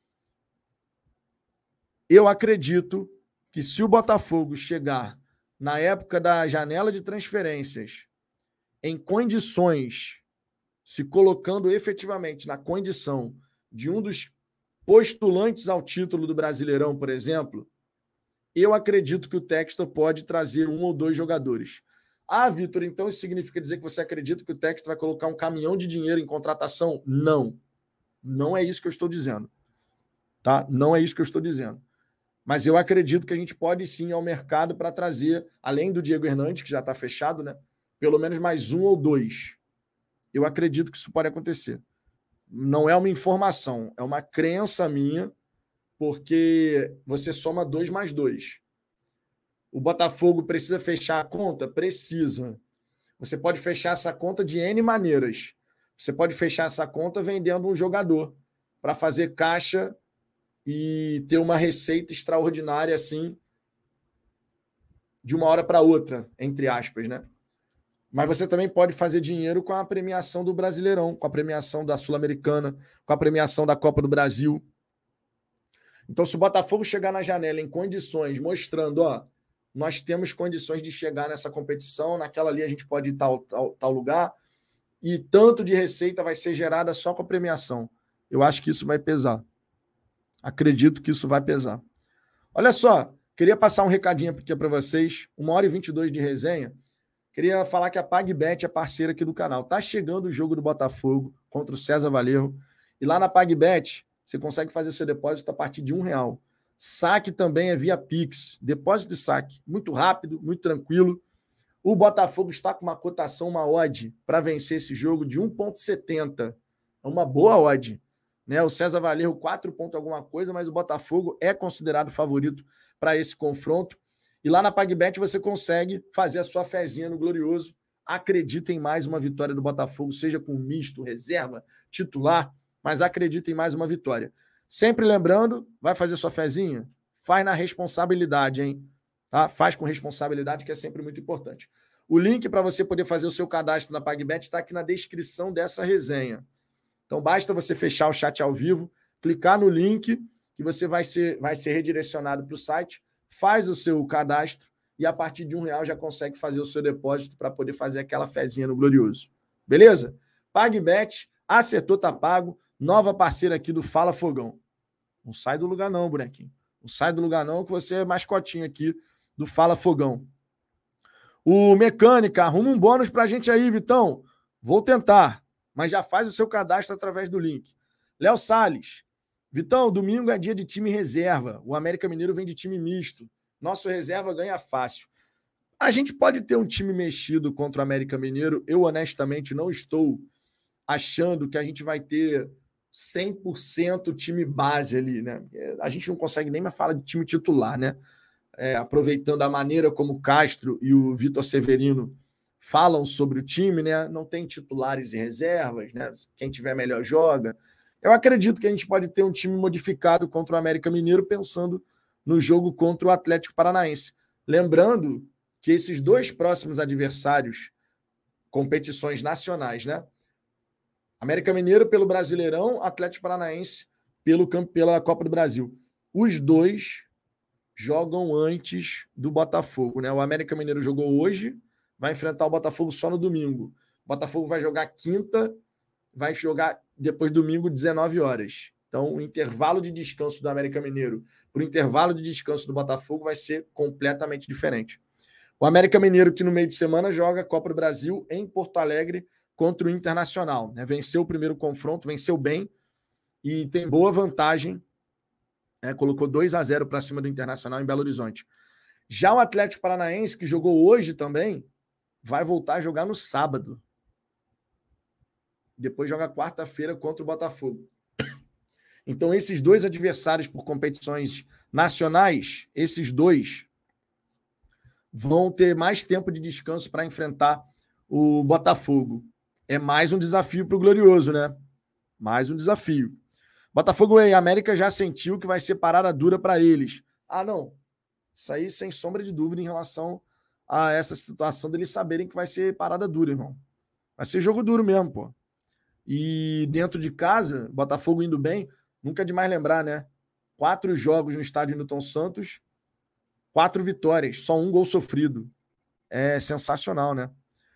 Eu acredito que se o Botafogo chegar na época da janela de transferências em condições, se colocando efetivamente na condição de um dos postulantes ao título do Brasileirão, por exemplo, eu acredito que o Textor pode trazer um ou dois jogadores. Ah, Vitor, então isso significa dizer que você acredita que o Textor vai colocar um caminhão de dinheiro em contratação? Não. Não é isso que eu estou dizendo. Tá? Não é isso que eu estou dizendo. Mas eu acredito que a gente pode sim ir ao mercado para trazer, além do Diego Hernandes, que já está fechado, né? Pelo menos mais um ou dois. Eu acredito que isso pode acontecer. Não é uma informação, é uma crença minha, porque você soma 2 mais 2. O Botafogo precisa fechar a conta? Precisa. Você pode fechar essa conta de N maneiras. Você pode fechar essa conta vendendo um jogador para fazer caixa e ter uma receita extraordinária assim, de uma hora para outra, entre aspas, né? Mas você também pode fazer dinheiro com a premiação do Brasileirão, com a premiação da Sul-Americana, com a premiação da Copa do Brasil. Então, se o Botafogo chegar na janela em condições, mostrando, ó, nós temos condições de chegar nessa competição, naquela ali a gente pode ir tal lugar, e tanto de receita vai ser gerada só com a premiação. Eu acho que isso vai pesar. Acredito que isso vai pesar. Olha só, queria passar um recadinho aqui para vocês, 1h22 de resenha. Queria falar que a PagBet é parceira aqui do canal. Tá chegando o jogo do Botafogo contra o César Valerro. E lá na PagBet, você consegue fazer seu depósito a partir de R$1. Saque também é via Pix. Depósito e saque. Muito rápido, muito tranquilo. O Botafogo está com uma cotação, uma odd, para vencer esse jogo de 1,70. É uma boa odd. Né? O César Valerro, 4 pontos alguma coisa, mas o Botafogo é considerado favorito para esse confronto. E lá na PagBet você consegue fazer a sua fezinha no Glorioso. Acredita em mais uma vitória do Botafogo, seja com misto, reserva, titular, mas acredita em mais uma vitória. Sempre lembrando, vai fazer sua fezinha? Faz na responsabilidade, hein? Tá? Faz com responsabilidade, que é sempre muito importante. O link para você poder fazer o seu cadastro na PagBet está aqui na descrição dessa resenha. Então basta você fechar o chat ao vivo, clicar no link, que você vai ser redirecionado para o site, faz o seu cadastro e a partir de R$1 já consegue fazer o seu depósito para poder fazer aquela fezinha no Glorioso. Beleza? PagBet, acertou, tá pago. Nova parceira aqui do Fala Fogão. Não sai do lugar não, bonequinho. Não sai do lugar não, que você é mascotinho aqui do Fala Fogão. O Mecânica, arruma um bônus pra gente aí, Vitão. Vou tentar, mas já faz o seu cadastro através do link. Léo Salles. Vitão, domingo é dia de time reserva. O América Mineiro vem de time misto. Nosso reserva ganha fácil. A gente pode ter um time mexido contra o América Mineiro. Eu, honestamente, não estou achando que a gente vai ter 100% time base ali, né? A gente não consegue nem mais falar de time titular, né? Aproveitando a maneira como o Castro e o Vitor Severino falam sobre o time, né? Não tem titulares e reservas, né? Quem tiver melhor joga. Eu acredito que a gente pode ter um time modificado contra o América Mineiro pensando no jogo contra o Atlético Paranaense. Lembrando que esses dois próximos adversários, competições nacionais, né? América Mineiro pelo Brasileirão, Atlético Paranaense pela Copa do Brasil. Os dois jogam antes do Botafogo, né? O América Mineiro jogou hoje, vai enfrentar o Botafogo só no domingo. O Botafogo vai jogar quinta, vai jogar depois domingo, 19 horas. Então, o intervalo de descanso do América Mineiro para o intervalo de descanso do Botafogo vai ser completamente diferente. O América Mineiro, que no meio de semana joga a Copa do Brasil em Porto Alegre contra o Internacional. Né? Venceu o primeiro confronto, venceu bem e tem boa vantagem. Colocou 2-0 para cima do Internacional em Belo Horizonte. Já o Atlético Paranaense, que jogou hoje também, vai voltar a jogar no sábado. Depois joga quarta-feira contra o Botafogo. Então, esses dois adversários por competições nacionais, esses dois vão ter mais tempo de descanso para enfrentar o Botafogo. É mais um desafio para o Glorioso, né? Mais um desafio. Botafogo e América já sentiu que vai ser parada dura para eles. Ah, não. Isso aí, sem sombra de dúvida, em relação a essa situação deles saberem que vai ser parada dura, irmão. Vai ser jogo duro mesmo, pô. E dentro de casa, Botafogo indo bem, nunca é demais lembrar, né? 4 jogos no estádio Newton Santos, 4 vitórias, só um gol sofrido. É sensacional, né?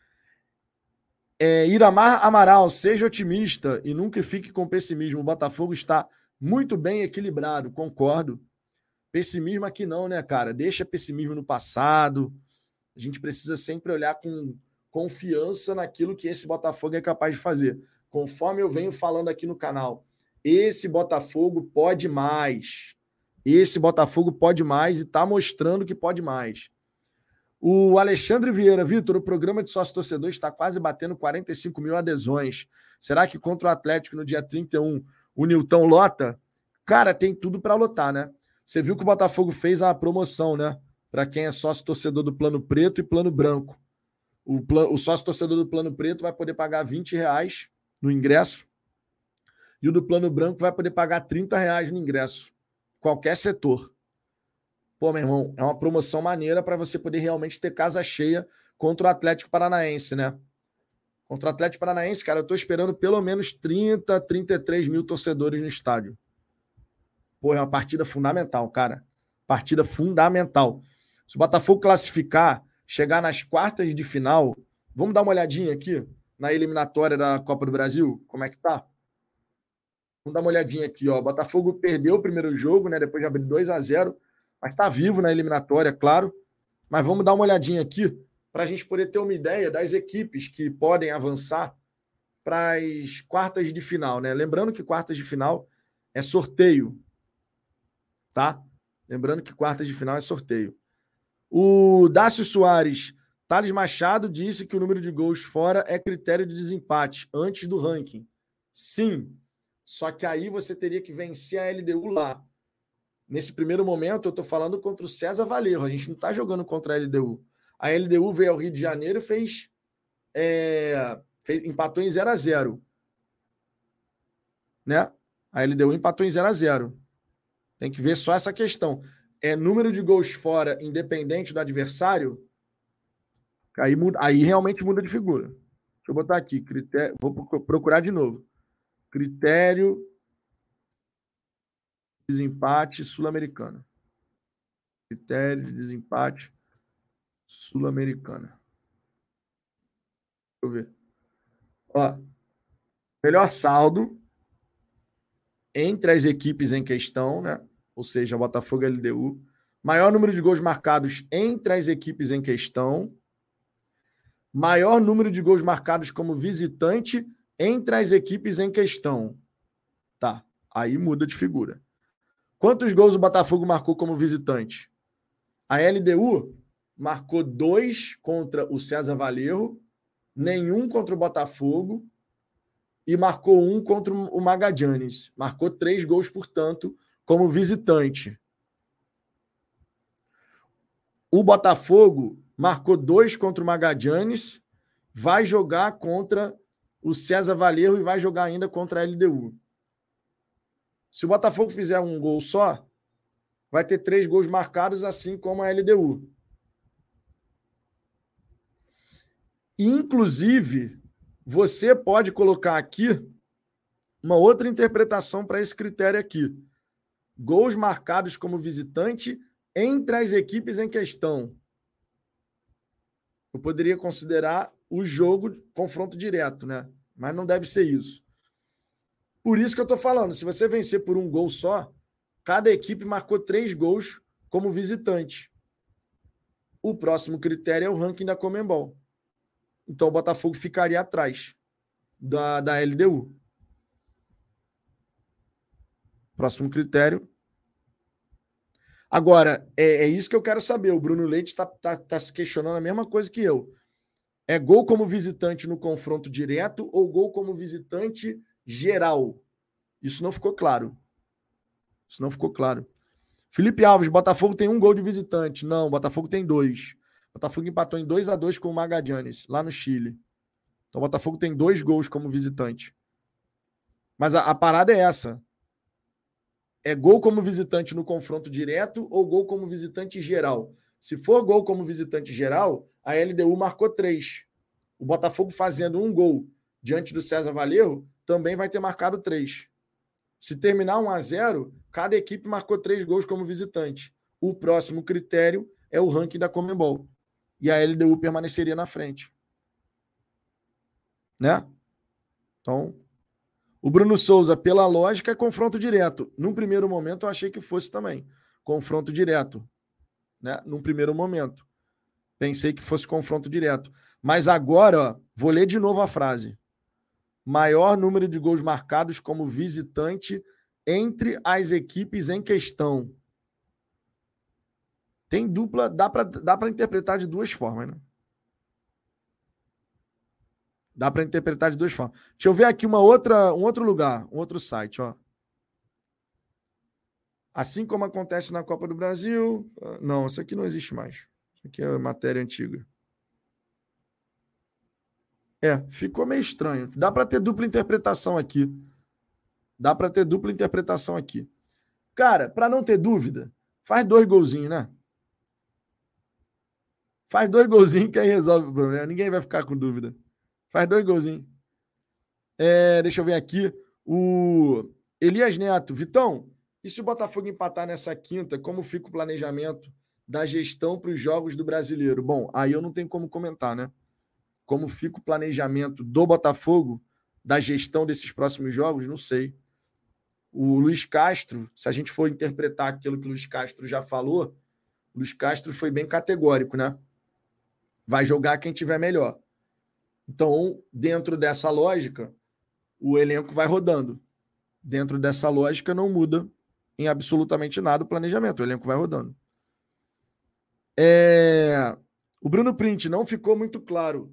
Iramar Amaral, seja otimista e nunca fique com pessimismo. O Botafogo está muito bem equilibrado, concordo. Pessimismo aqui não, né, cara? Deixa pessimismo no passado. A gente precisa sempre olhar com confiança naquilo que esse Botafogo é capaz de fazer. Conforme eu venho falando aqui no canal, esse Botafogo pode mais. Esse Botafogo pode mais e está mostrando que pode mais. O Alexandre Vieira, Vitor, o programa de sócio-torcedor está quase batendo 45 mil adesões. Será que contra o Atlético no dia 31 o Nilton lota? Cara, tem tudo para lotar, né? Você viu que o Botafogo fez a promoção, né? Para quem é sócio-torcedor do Plano Preto e Plano Branco. O sócio-torcedor do Plano Preto vai poder pagar R$20 no ingresso e o do Plano Branco vai poder pagar R$30 no ingresso. Qualquer setor. Pô, meu irmão, é uma promoção maneira para você poder realmente ter casa cheia contra o Atlético Paranaense, né? Contra o Atlético Paranaense, cara, eu tô esperando pelo menos 30, 33 mil torcedores no estádio. Pô, é uma partida fundamental, cara. Partida fundamental. Se o Botafogo classificar, chegar nas quartas de final, vamos dar uma olhadinha aqui na eliminatória da Copa do Brasil? Como é que tá? Vamos dar uma olhadinha aqui, ó. O Botafogo perdeu o primeiro jogo, né? Depois de abrir 2-0, mas tá vivo na eliminatória, claro. Mas vamos dar uma olhadinha aqui para a gente poder ter uma ideia das equipes que podem avançar para as quartas de final, né? Lembrando que quartas de final é sorteio, tá? Lembrando que quartas de final é sorteio. O Dácio Soares, Thales Machado disse que o número de gols fora é critério de desempate antes do ranking. Sim, só que aí você teria que vencer a LDU lá. Nesse primeiro momento, eu estou falando contra o César Valerro. A gente não está jogando contra a LDU. A LDU veio ao Rio de Janeiro e empatou em 0-0. Né? A LDU empatou em 0-0. Tem que ver só essa questão. Número de gols fora, independente do adversário, aí realmente muda de figura. Deixa eu botar aqui. Vou procurar de novo. Critério de desempate sul-americano. Critério de desempate sul-americana. Deixa eu ver. Ó, melhor saldo entre as equipes em questão, né? Ou seja, Botafogo e LDU. Maior número de gols marcados entre as equipes em questão. Maior número de gols marcados como visitante entre as equipes em questão. Tá, aí muda de figura. Quantos gols o Botafogo marcou como visitante? A LDU marcou 2 contra o César Valerro, nenhum contra o Botafogo e marcou 1 contra o Magallanes. Marcou 3 gols, portanto, como visitante. O Botafogo marcou 2 contra o Magallanes, vai jogar contra o César Valerro e vai jogar ainda contra a LDU. Se o Botafogo fizer um gol só, vai ter 3 gols marcados, assim como a LDU. Inclusive, você pode colocar aqui uma outra interpretação para esse critério aqui. Gols marcados como visitante entre as equipes em questão. Eu poderia considerar o jogo confronto direto, né? Mas não deve ser isso. Por isso que eu estou falando, se você vencer por um gol só, cada equipe marcou 3 gols como visitante. O próximo critério é o ranking da Conmebol. Então o Botafogo ficaria atrás da LDU. Próximo critério. Agora, é isso que eu quero saber. O Bruno Leite está se questionando a mesma coisa que eu. É gol como visitante no confronto direto ou gol como visitante geral? Isso não ficou claro. Isso não ficou claro. Felipe Alves, Botafogo tem 1 gol de visitante. Não, Botafogo tem 2. Botafogo empatou em 2-2 com o Magallanes, lá no Chile. Então o Botafogo tem 2 gols como visitante. Mas a parada é essa. É gol como visitante no confronto direto ou gol como visitante geral? Se for gol como visitante geral, a LDU marcou 3. O Botafogo fazendo um gol diante do César Valerro também vai ter marcado 3. Se terminar 1-0, cada equipe marcou 3 gols como visitante. O próximo critério é o ranking da Conmebol. E a LDU permaneceria na frente. Né? Então, o Bruno Souza, pela lógica, é confronto direto. Num primeiro momento, eu achei que fosse também. Confronto direto. Né? Num primeiro momento. Pensei que fosse confronto direto. Mas agora, ó, vou ler de novo a frase. Maior número de gols marcados como visitante entre as equipes em questão. Tem dupla, dá para interpretar de duas formas, né? Dá para interpretar de duas formas. Deixa eu ver aqui um outro lugar, um outro site, ó. Assim como acontece na Copa do Brasil. Não, isso aqui não existe mais. Isso aqui é matéria antiga. Ficou meio estranho. Dá para ter dupla interpretação aqui. Cara, para não ter dúvida, faz 2 golzinhos, né? Faz 2 golzinhos que aí resolve o problema. Ninguém vai ficar com dúvida. Faz 2 golzinhos. Deixa eu ver aqui. O Elias Neto. Vitão, e se o Botafogo empatar nessa quinta, como fica o planejamento da gestão para os jogos do Brasileiro? Bom, aí eu não tenho como comentar, né? Como fica o planejamento do Botafogo, da gestão desses próximos jogos, não sei. O Luiz Castro, se a gente for interpretar aquilo que o Luiz Castro já falou, o Luiz Castro foi bem categórico, né? Vai jogar quem tiver melhor. Então, dentro dessa lógica, o elenco vai rodando. Dentro dessa lógica, não muda em absolutamente nada o planejamento. O elenco vai rodando. O Bruno Print não ficou muito claro.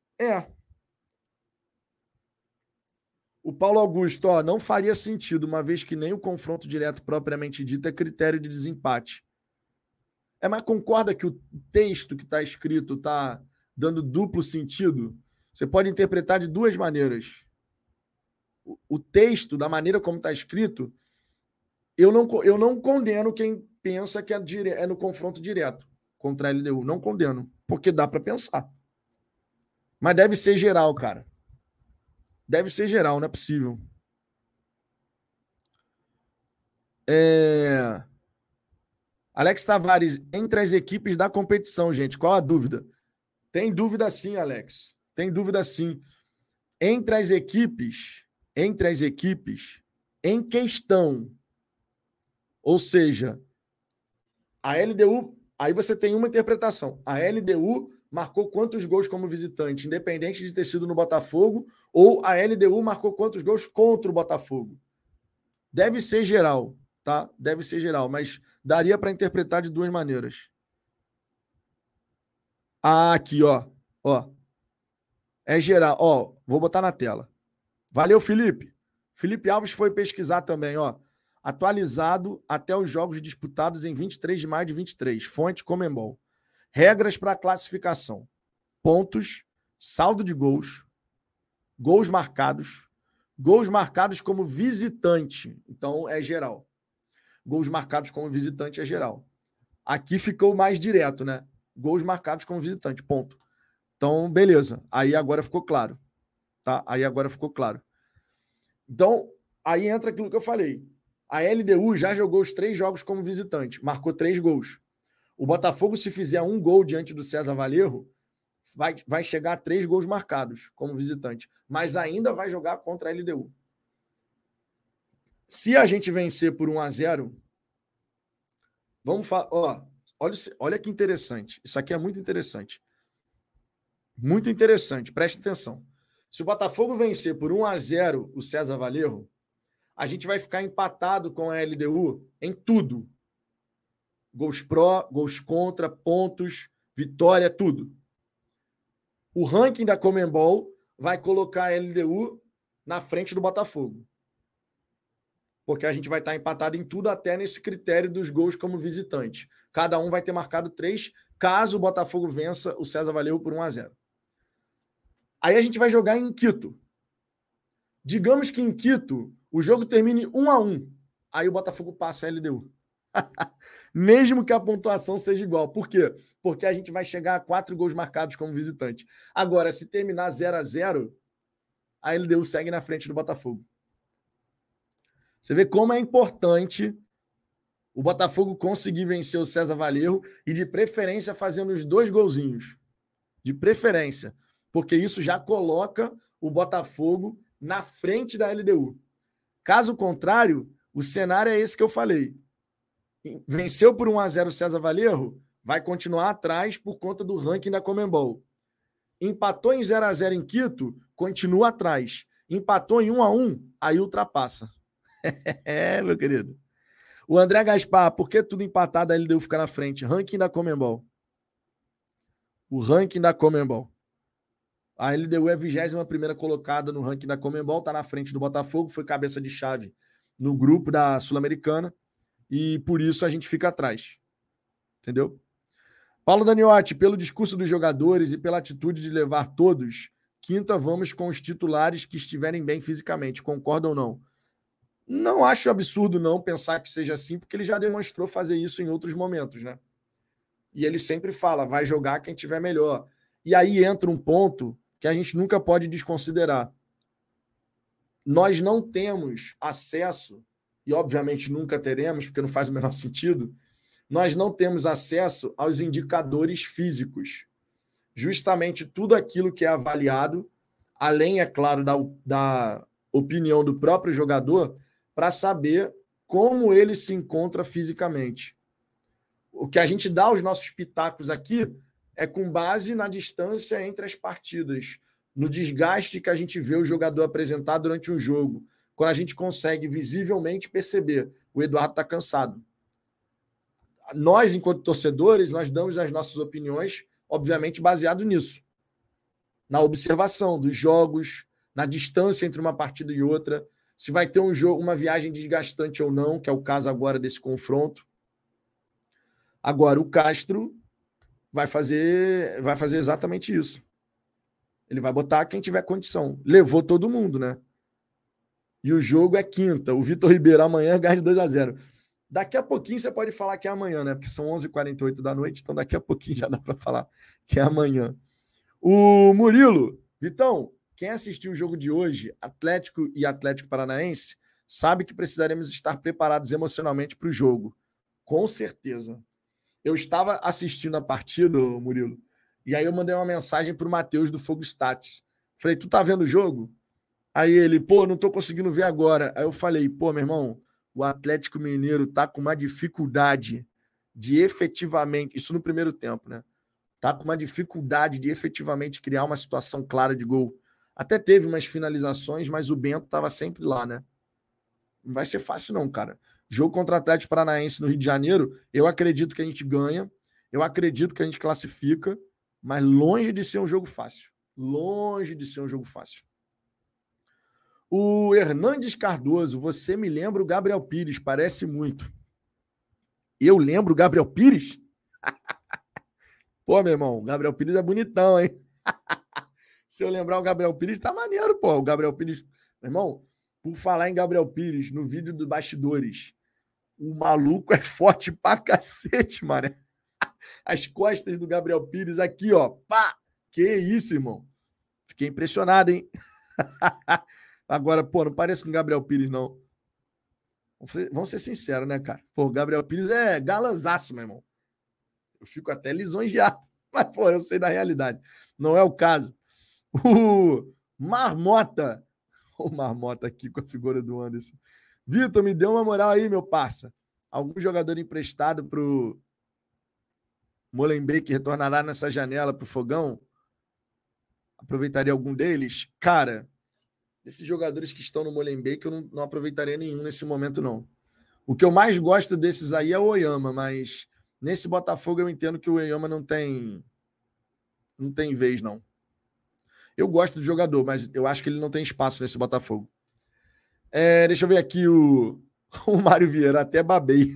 O Paulo Augusto, não faria sentido, uma vez que nem o confronto direto propriamente dito é critério de desempate. Mas concorda que o texto que está escrito está dando duplo sentido? Você pode interpretar de duas maneiras. O texto, da maneira como está escrito, eu não condeno quem pensa que é no confronto direto contra a LDU. Não condeno, porque dá para pensar. Mas deve ser geral, cara. Deve ser geral, não é possível. Alex Tavares, entre as equipes da competição, gente, qual a dúvida? Tem dúvida sim, Alex. Tem dúvida sim. Entre as equipes em questão. Ou seja, a LDU, aí você tem uma interpretação. A LDU marcou quantos gols como visitante, independente de ter sido no Botafogo, ou a LDU marcou quantos gols contra o Botafogo. Deve ser geral, tá? Deve ser geral, mas daria para interpretar de duas maneiras. Aqui, ó. É geral. Vou botar na tela. Valeu, Felipe. Felipe Alves foi pesquisar também, ó. Atualizado até os jogos disputados em 23 de maio de 23. Fonte Conmebol. Regras para classificação. Pontos, saldo de gols, gols marcados como visitante. Então, é geral. Gols marcados como visitante é geral. Aqui ficou mais direto, né? Gols marcados como visitante, ponto. Então, beleza. Aí agora ficou claro. Tá? Então, aí entra aquilo que eu falei. A LDU já jogou os 3 jogos como visitante, marcou 3 gols. O Botafogo, se fizer 1 gol diante do César Valerro, vai chegar a 3 gols marcados como visitante, mas ainda vai jogar contra a LDU. Se a gente vencer por 1-0, vamos falar. Olha que interessante. Isso aqui é muito interessante. Muito interessante, preste atenção. Se o Botafogo vencer por 1-0 o César Valerro, a gente vai ficar empatado com a LDU em tudo. Gols pró, gols contra, pontos, vitória, tudo. O ranking da Conmebol vai colocar a LDU na frente do Botafogo. Porque a gente vai estar empatado em tudo, até nesse critério dos gols como visitante. Cada um vai ter marcado 3, caso o Botafogo vença o César Valerro por 1-0. Aí a gente vai jogar em Quito. Digamos que em Quito o jogo termine 1-1. aí o Botafogo passa a LDU. Mesmo que a pontuação seja igual. Por quê? Porque a gente vai chegar a 4 gols marcados como visitante. Agora, se terminar 0-0, a LDU segue na frente do Botafogo. Você vê como é importante o Botafogo conseguir vencer o César Valerro e, de preferência, fazendo os 2 golzinhos. De preferência. Porque isso já coloca o Botafogo na frente da LDU. Caso contrário, o cenário é esse que eu falei. Venceu por 1-0 o César Valerro, vai continuar atrás por conta do ranking da Conmebol. Empatou em 0-0 em Quito, continua atrás. Empatou em 1-1, aí ultrapassa. Meu querido. O André Gaspar, por que tudo empatado a LDU fica na frente? Ranking da Conmebol. O ranking da Conmebol. A LDU é a 21ª colocada no ranking da Conmebol, está na frente do Botafogo, foi cabeça de chave no grupo da Sul-Americana e por isso a gente fica atrás. Entendeu? Paulo Daniotti, pelo discurso dos jogadores e pela atitude de levar todos, quinta vamos com os titulares que estiverem bem fisicamente. Concorda ou não? Não acho absurdo não pensar que seja assim, porque ele já demonstrou fazer isso em outros momentos, né? E ele sempre fala, vai jogar quem tiver melhor. E aí entra um ponto que a gente nunca pode desconsiderar. Nós não temos acesso, e obviamente nunca teremos, porque não faz o menor sentido, nós não temos acesso aos indicadores físicos. Justamente tudo aquilo que é avaliado, além, é claro, da opinião do próprio jogador, para saber como ele se encontra fisicamente. O que a gente dá aos nossos pitacos aqui é com base na distância entre as partidas, no desgaste que a gente vê o jogador apresentar durante um jogo, quando a gente consegue visivelmente perceber o Eduardo está cansado. Nós, enquanto torcedores, nós damos as nossas opiniões, obviamente, baseado nisso. Na observação dos jogos, na distância entre uma partida e outra, se vai ter um jogo, uma viagem desgastante ou não, que é o caso agora desse confronto. Agora, o Castro vai fazer exatamente isso. Ele vai botar quem tiver condição. Levou todo mundo, né? E o jogo é quinta. O Vitor Ribeiro amanhã ganha de 2-0. Daqui a pouquinho você pode falar que é amanhã, né? Porque são 11h48 da noite, então daqui a pouquinho já dá para falar que é amanhã. O Murilo, Vitão, quem assistiu o jogo de hoje, Atlético e Atlético Paranaense, sabe que precisaremos estar preparados emocionalmente para o jogo. Com certeza. Eu estava assistindo a partida, Murilo, e aí eu mandei uma mensagem para o Matheus do Fogo Stats. Falei, tu tá vendo o jogo? Aí ele, pô, não tô conseguindo ver agora. Aí eu falei, pô, meu irmão, o Atlético Mineiro tá com uma dificuldade de efetivamente, isso no primeiro tempo, né? Tá com uma dificuldade de efetivamente criar uma situação clara de gol. Até teve umas finalizações, mas o Bento tava sempre lá, né? Não vai ser fácil não, cara. Jogo contra o Atlético Paranaense no Rio de Janeiro, eu acredito que a gente ganha, eu acredito que a gente classifica, mas longe de ser um jogo fácil. Longe de ser um jogo fácil. O Hernandes Cardoso, você me lembra o Gabriel Pires, parece muito. Eu lembro o Gabriel Pires? Pô, meu irmão, o Gabriel Pires é bonitão, hein? Se eu lembrar o Gabriel Pires, tá maneiro, pô. O Gabriel Pires... Meu irmão, por falar em Gabriel Pires, no vídeo do Bastidores, o maluco é forte pra cacete, mano. As costas do Gabriel Pires aqui, ó. Pá! Que isso, irmão. Fiquei impressionado, hein? Agora, pô, não parece com o Gabriel Pires, não. Vamos ser sinceros, né, cara? Pô, o Gabriel Pires é galanzaço, meu irmão. Eu fico até lisonjeado. Mas, pô, eu sei da realidade. Não é o caso. O Marmota. O Marmota aqui com a figura do Anderson. Vitor, me deu uma moral aí, meu parça. Algum jogador emprestado pro Molenbeek retornará nessa janela pro Fogão? Aproveitaria algum deles? Cara, esses jogadores que estão no Molenbeek, eu não aproveitaria nenhum nesse momento, não. O que eu mais gosto desses aí é o Oyama, mas nesse Botafogo eu entendo que o Oyama não tem vez, não. Eu gosto do jogador, mas eu acho que ele não tem espaço nesse Botafogo. Deixa eu ver aqui o Mário Vieira, até babei.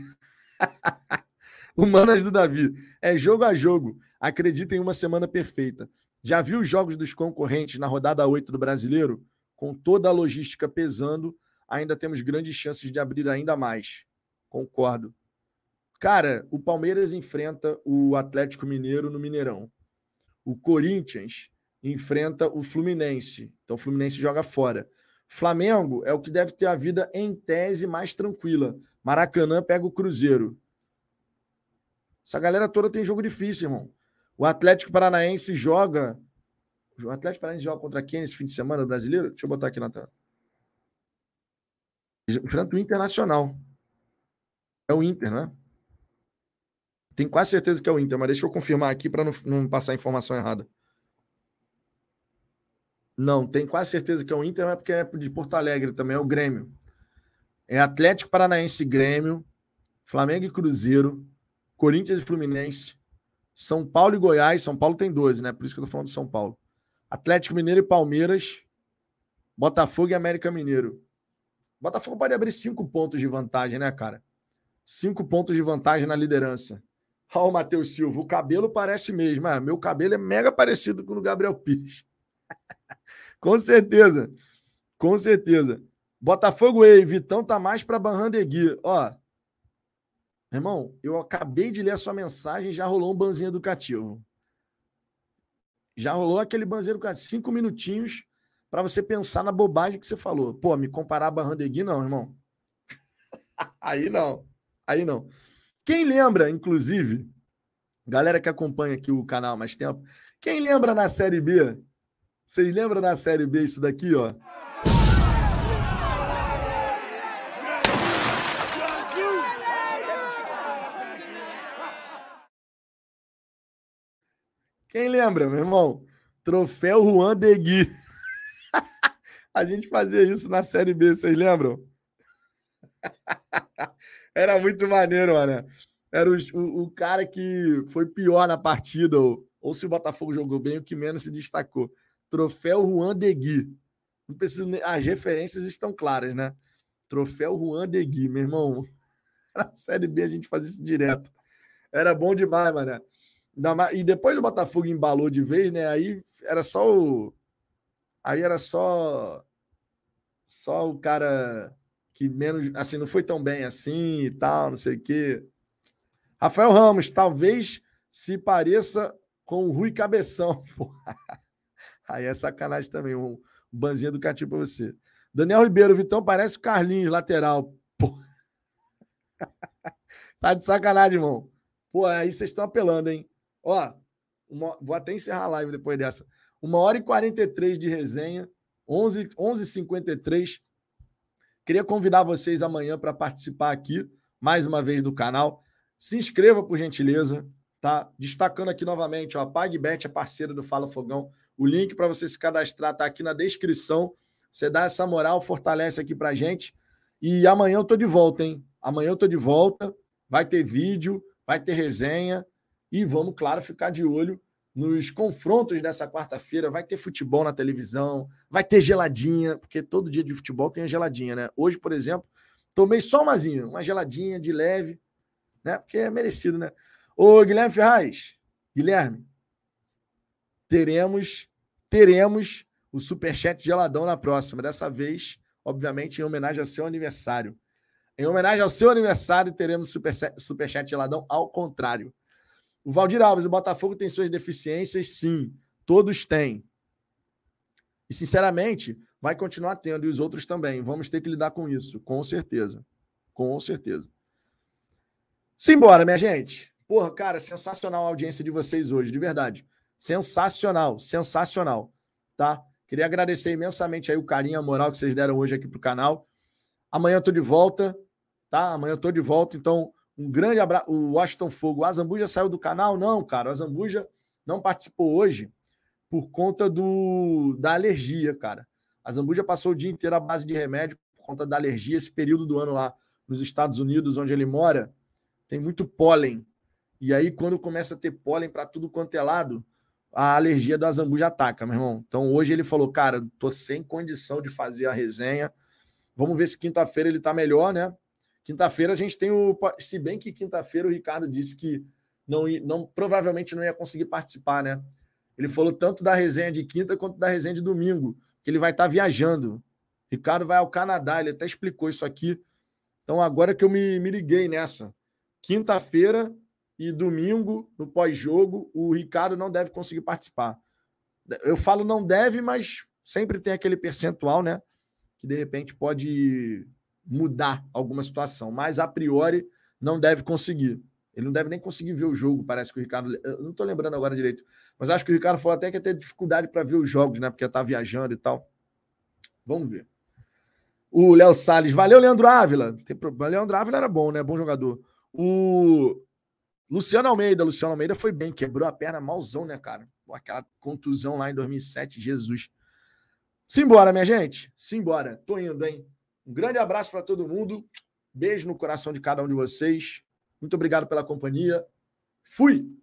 O Manas do Davi. É jogo a jogo. Acredita em uma semana perfeita. Já viu os jogos dos concorrentes na rodada 8 do Brasileiro? Com toda a logística pesando, ainda temos grandes chances de abrir ainda mais. Concordo. Cara, o Palmeiras enfrenta o Atlético Mineiro no Mineirão. O Corinthians enfrenta o Fluminense. Então o Fluminense joga fora. Flamengo é o que deve ter a vida, em tese, mais tranquila. Maracanã pega o Cruzeiro. Essa galera toda tem jogo difícil, irmão. O Atlético Paranaense joga... O Atlético Paranaense joga contra quem nesse fim de semana, brasileiro? Deixa eu botar aqui na tela. Enfrenta o Internacional. É o Inter, né? Tenho quase certeza que é o Inter, mas deixa eu confirmar aqui para não passar a informação errada. Não, tenho quase certeza que é o Inter, mas é porque é de Porto Alegre também, é o Grêmio. É Atlético Paranaense e Grêmio, Flamengo e Cruzeiro, Corinthians e Fluminense, São Paulo e Goiás. São Paulo tem 12, né? Por isso que eu tô falando de São Paulo. Atlético Mineiro e Palmeiras, Botafogo e América Mineiro. Botafogo pode abrir 5 pontos de vantagem, né, cara? 5 pontos de vantagem na liderança. Olha o Matheus Silva, o cabelo parece mesmo. Meu cabelo é mega parecido com o do Gabriel Pires. Com certeza. Com certeza. Botafogo e Vitão tá mais para Barrandegui. Ó, irmão, eu acabei de ler a sua mensagem e já rolou um banzinho educativo. Já rolou aquele banzinho educativo. 5 minutinhos para você pensar na bobagem que você falou. Pô, me comparar a Barrandegui, não, irmão. Aí não. Aí não. Quem lembra, inclusive, galera que acompanha aqui o canal há mais tempo, quem lembra na Série B? Vocês lembram na Série B isso daqui, ó? Quem lembra, meu irmão? Troféu Juan Degui. A gente fazia isso na Série B, vocês lembram? Era muito maneiro, mano. Era o cara que foi pior na partida, ou se o Botafogo jogou bem, o que menos se destacou. Troféu Juan Degui. Não preciso, as referências estão claras, né? Troféu Juan Degui, meu irmão. Na Série B a gente fazia isso direto. Era bom demais, mano. E depois o Botafogo embalou de vez, né? Aí era só o. Aí era só o cara que menos. Assim, não foi tão bem assim e tal, não sei o quê. Rafael Ramos, talvez se pareça com o Rui Cabeção. Porra. Aí é sacanagem também. Um banzinho educativo pra você. Daniel Ribeiro, Vitão parece o Carlinhos, lateral. Porra. Tá de sacanagem, irmão. Pô, aí vocês estão apelando, hein? Ó, vou até encerrar a live depois dessa. 1h43 de resenha, 11h53. Queria convidar vocês amanhã para participar aqui, mais uma vez, do canal. Se inscreva, por gentileza, tá? Destacando aqui novamente, ó, a PagBet é parceira do Fala Fogão. O link para você se cadastrar tá aqui na descrição. Você dá essa moral, fortalece aqui pra gente. E amanhã eu tô de volta, hein? Amanhã eu tô de volta. Vai ter vídeo, vai ter resenha. E vamos, claro, ficar de olho nos confrontos dessa quarta-feira. Vai ter futebol na televisão, vai ter geladinha, porque todo dia de futebol tem a geladinha, né? Hoje, por exemplo, tomei só uma geladinha de leve, né? Porque é merecido, né? Ô, Guilherme Ferraz, Guilherme, teremos o Superchat geladão na próxima. Dessa vez, obviamente, em homenagem ao seu aniversário. Em homenagem ao seu aniversário, teremos Superchat geladão ao contrário. O Valdir Alves, o Botafogo tem suas deficiências? Sim, todos têm. E, sinceramente, vai continuar tendo, e os outros também. Vamos ter que lidar com isso, com certeza. Com certeza. Simbora, minha gente. Porra, cara, sensacional a audiência de vocês hoje, de verdade. Sensacional, sensacional, tá? Queria agradecer imensamente aí o carinho, a moral que vocês deram hoje aqui pro canal. Amanhã eu tô de volta, tá? Amanhã eu tô de volta, então um grande abraço. O Washington Fogo, o Azambuja saiu do canal? Não, cara, o Azambuja não participou hoje por conta da alergia, cara. A Azambuja passou o dia inteiro à base de remédio por conta da alergia. Esse período do ano lá nos Estados Unidos, onde ele mora, tem muito pólen. E aí, quando começa a ter pólen para tudo quanto é lado, a alergia do Azambuja ataca, meu irmão. Então, hoje ele falou, cara, tô sem condição de fazer a resenha. Vamos ver se quinta-feira ele tá melhor, né? Quinta-feira a gente tem o... Se bem que quinta-feira o Ricardo disse que provavelmente não ia conseguir participar, né? Ele falou tanto da resenha de quinta quanto da resenha de domingo, que ele vai estar viajando. Ricardo vai ao Canadá, ele até explicou isso aqui. Então, agora que eu me liguei nessa. Quinta-feira e domingo, no pós-jogo, o Ricardo não deve conseguir participar. Eu falo não deve, mas sempre tem aquele percentual, né? Que de repente pode mudar alguma situação. Mas, a priori, não deve conseguir. Ele não deve nem conseguir ver o jogo, parece que o Ricardo... Eu não estou lembrando agora direito. Mas acho que o Ricardo falou até que ia ter dificuldade para ver os jogos, né? Porque ia estar viajando e tal. Vamos ver. O Léo Salles. Valeu, Leandro Ávila. O Leandro Ávila era bom, né? Bom jogador. O Luciano Almeida. Luciano Almeida foi bem. Quebrou a perna malzão, né, cara? Aquela contusão lá em 2007. Jesus. Simbora, minha gente. Simbora. Tô indo, hein? Um grande abraço para todo mundo. Beijo no coração de cada um de vocês. Muito obrigado pela companhia. Fui!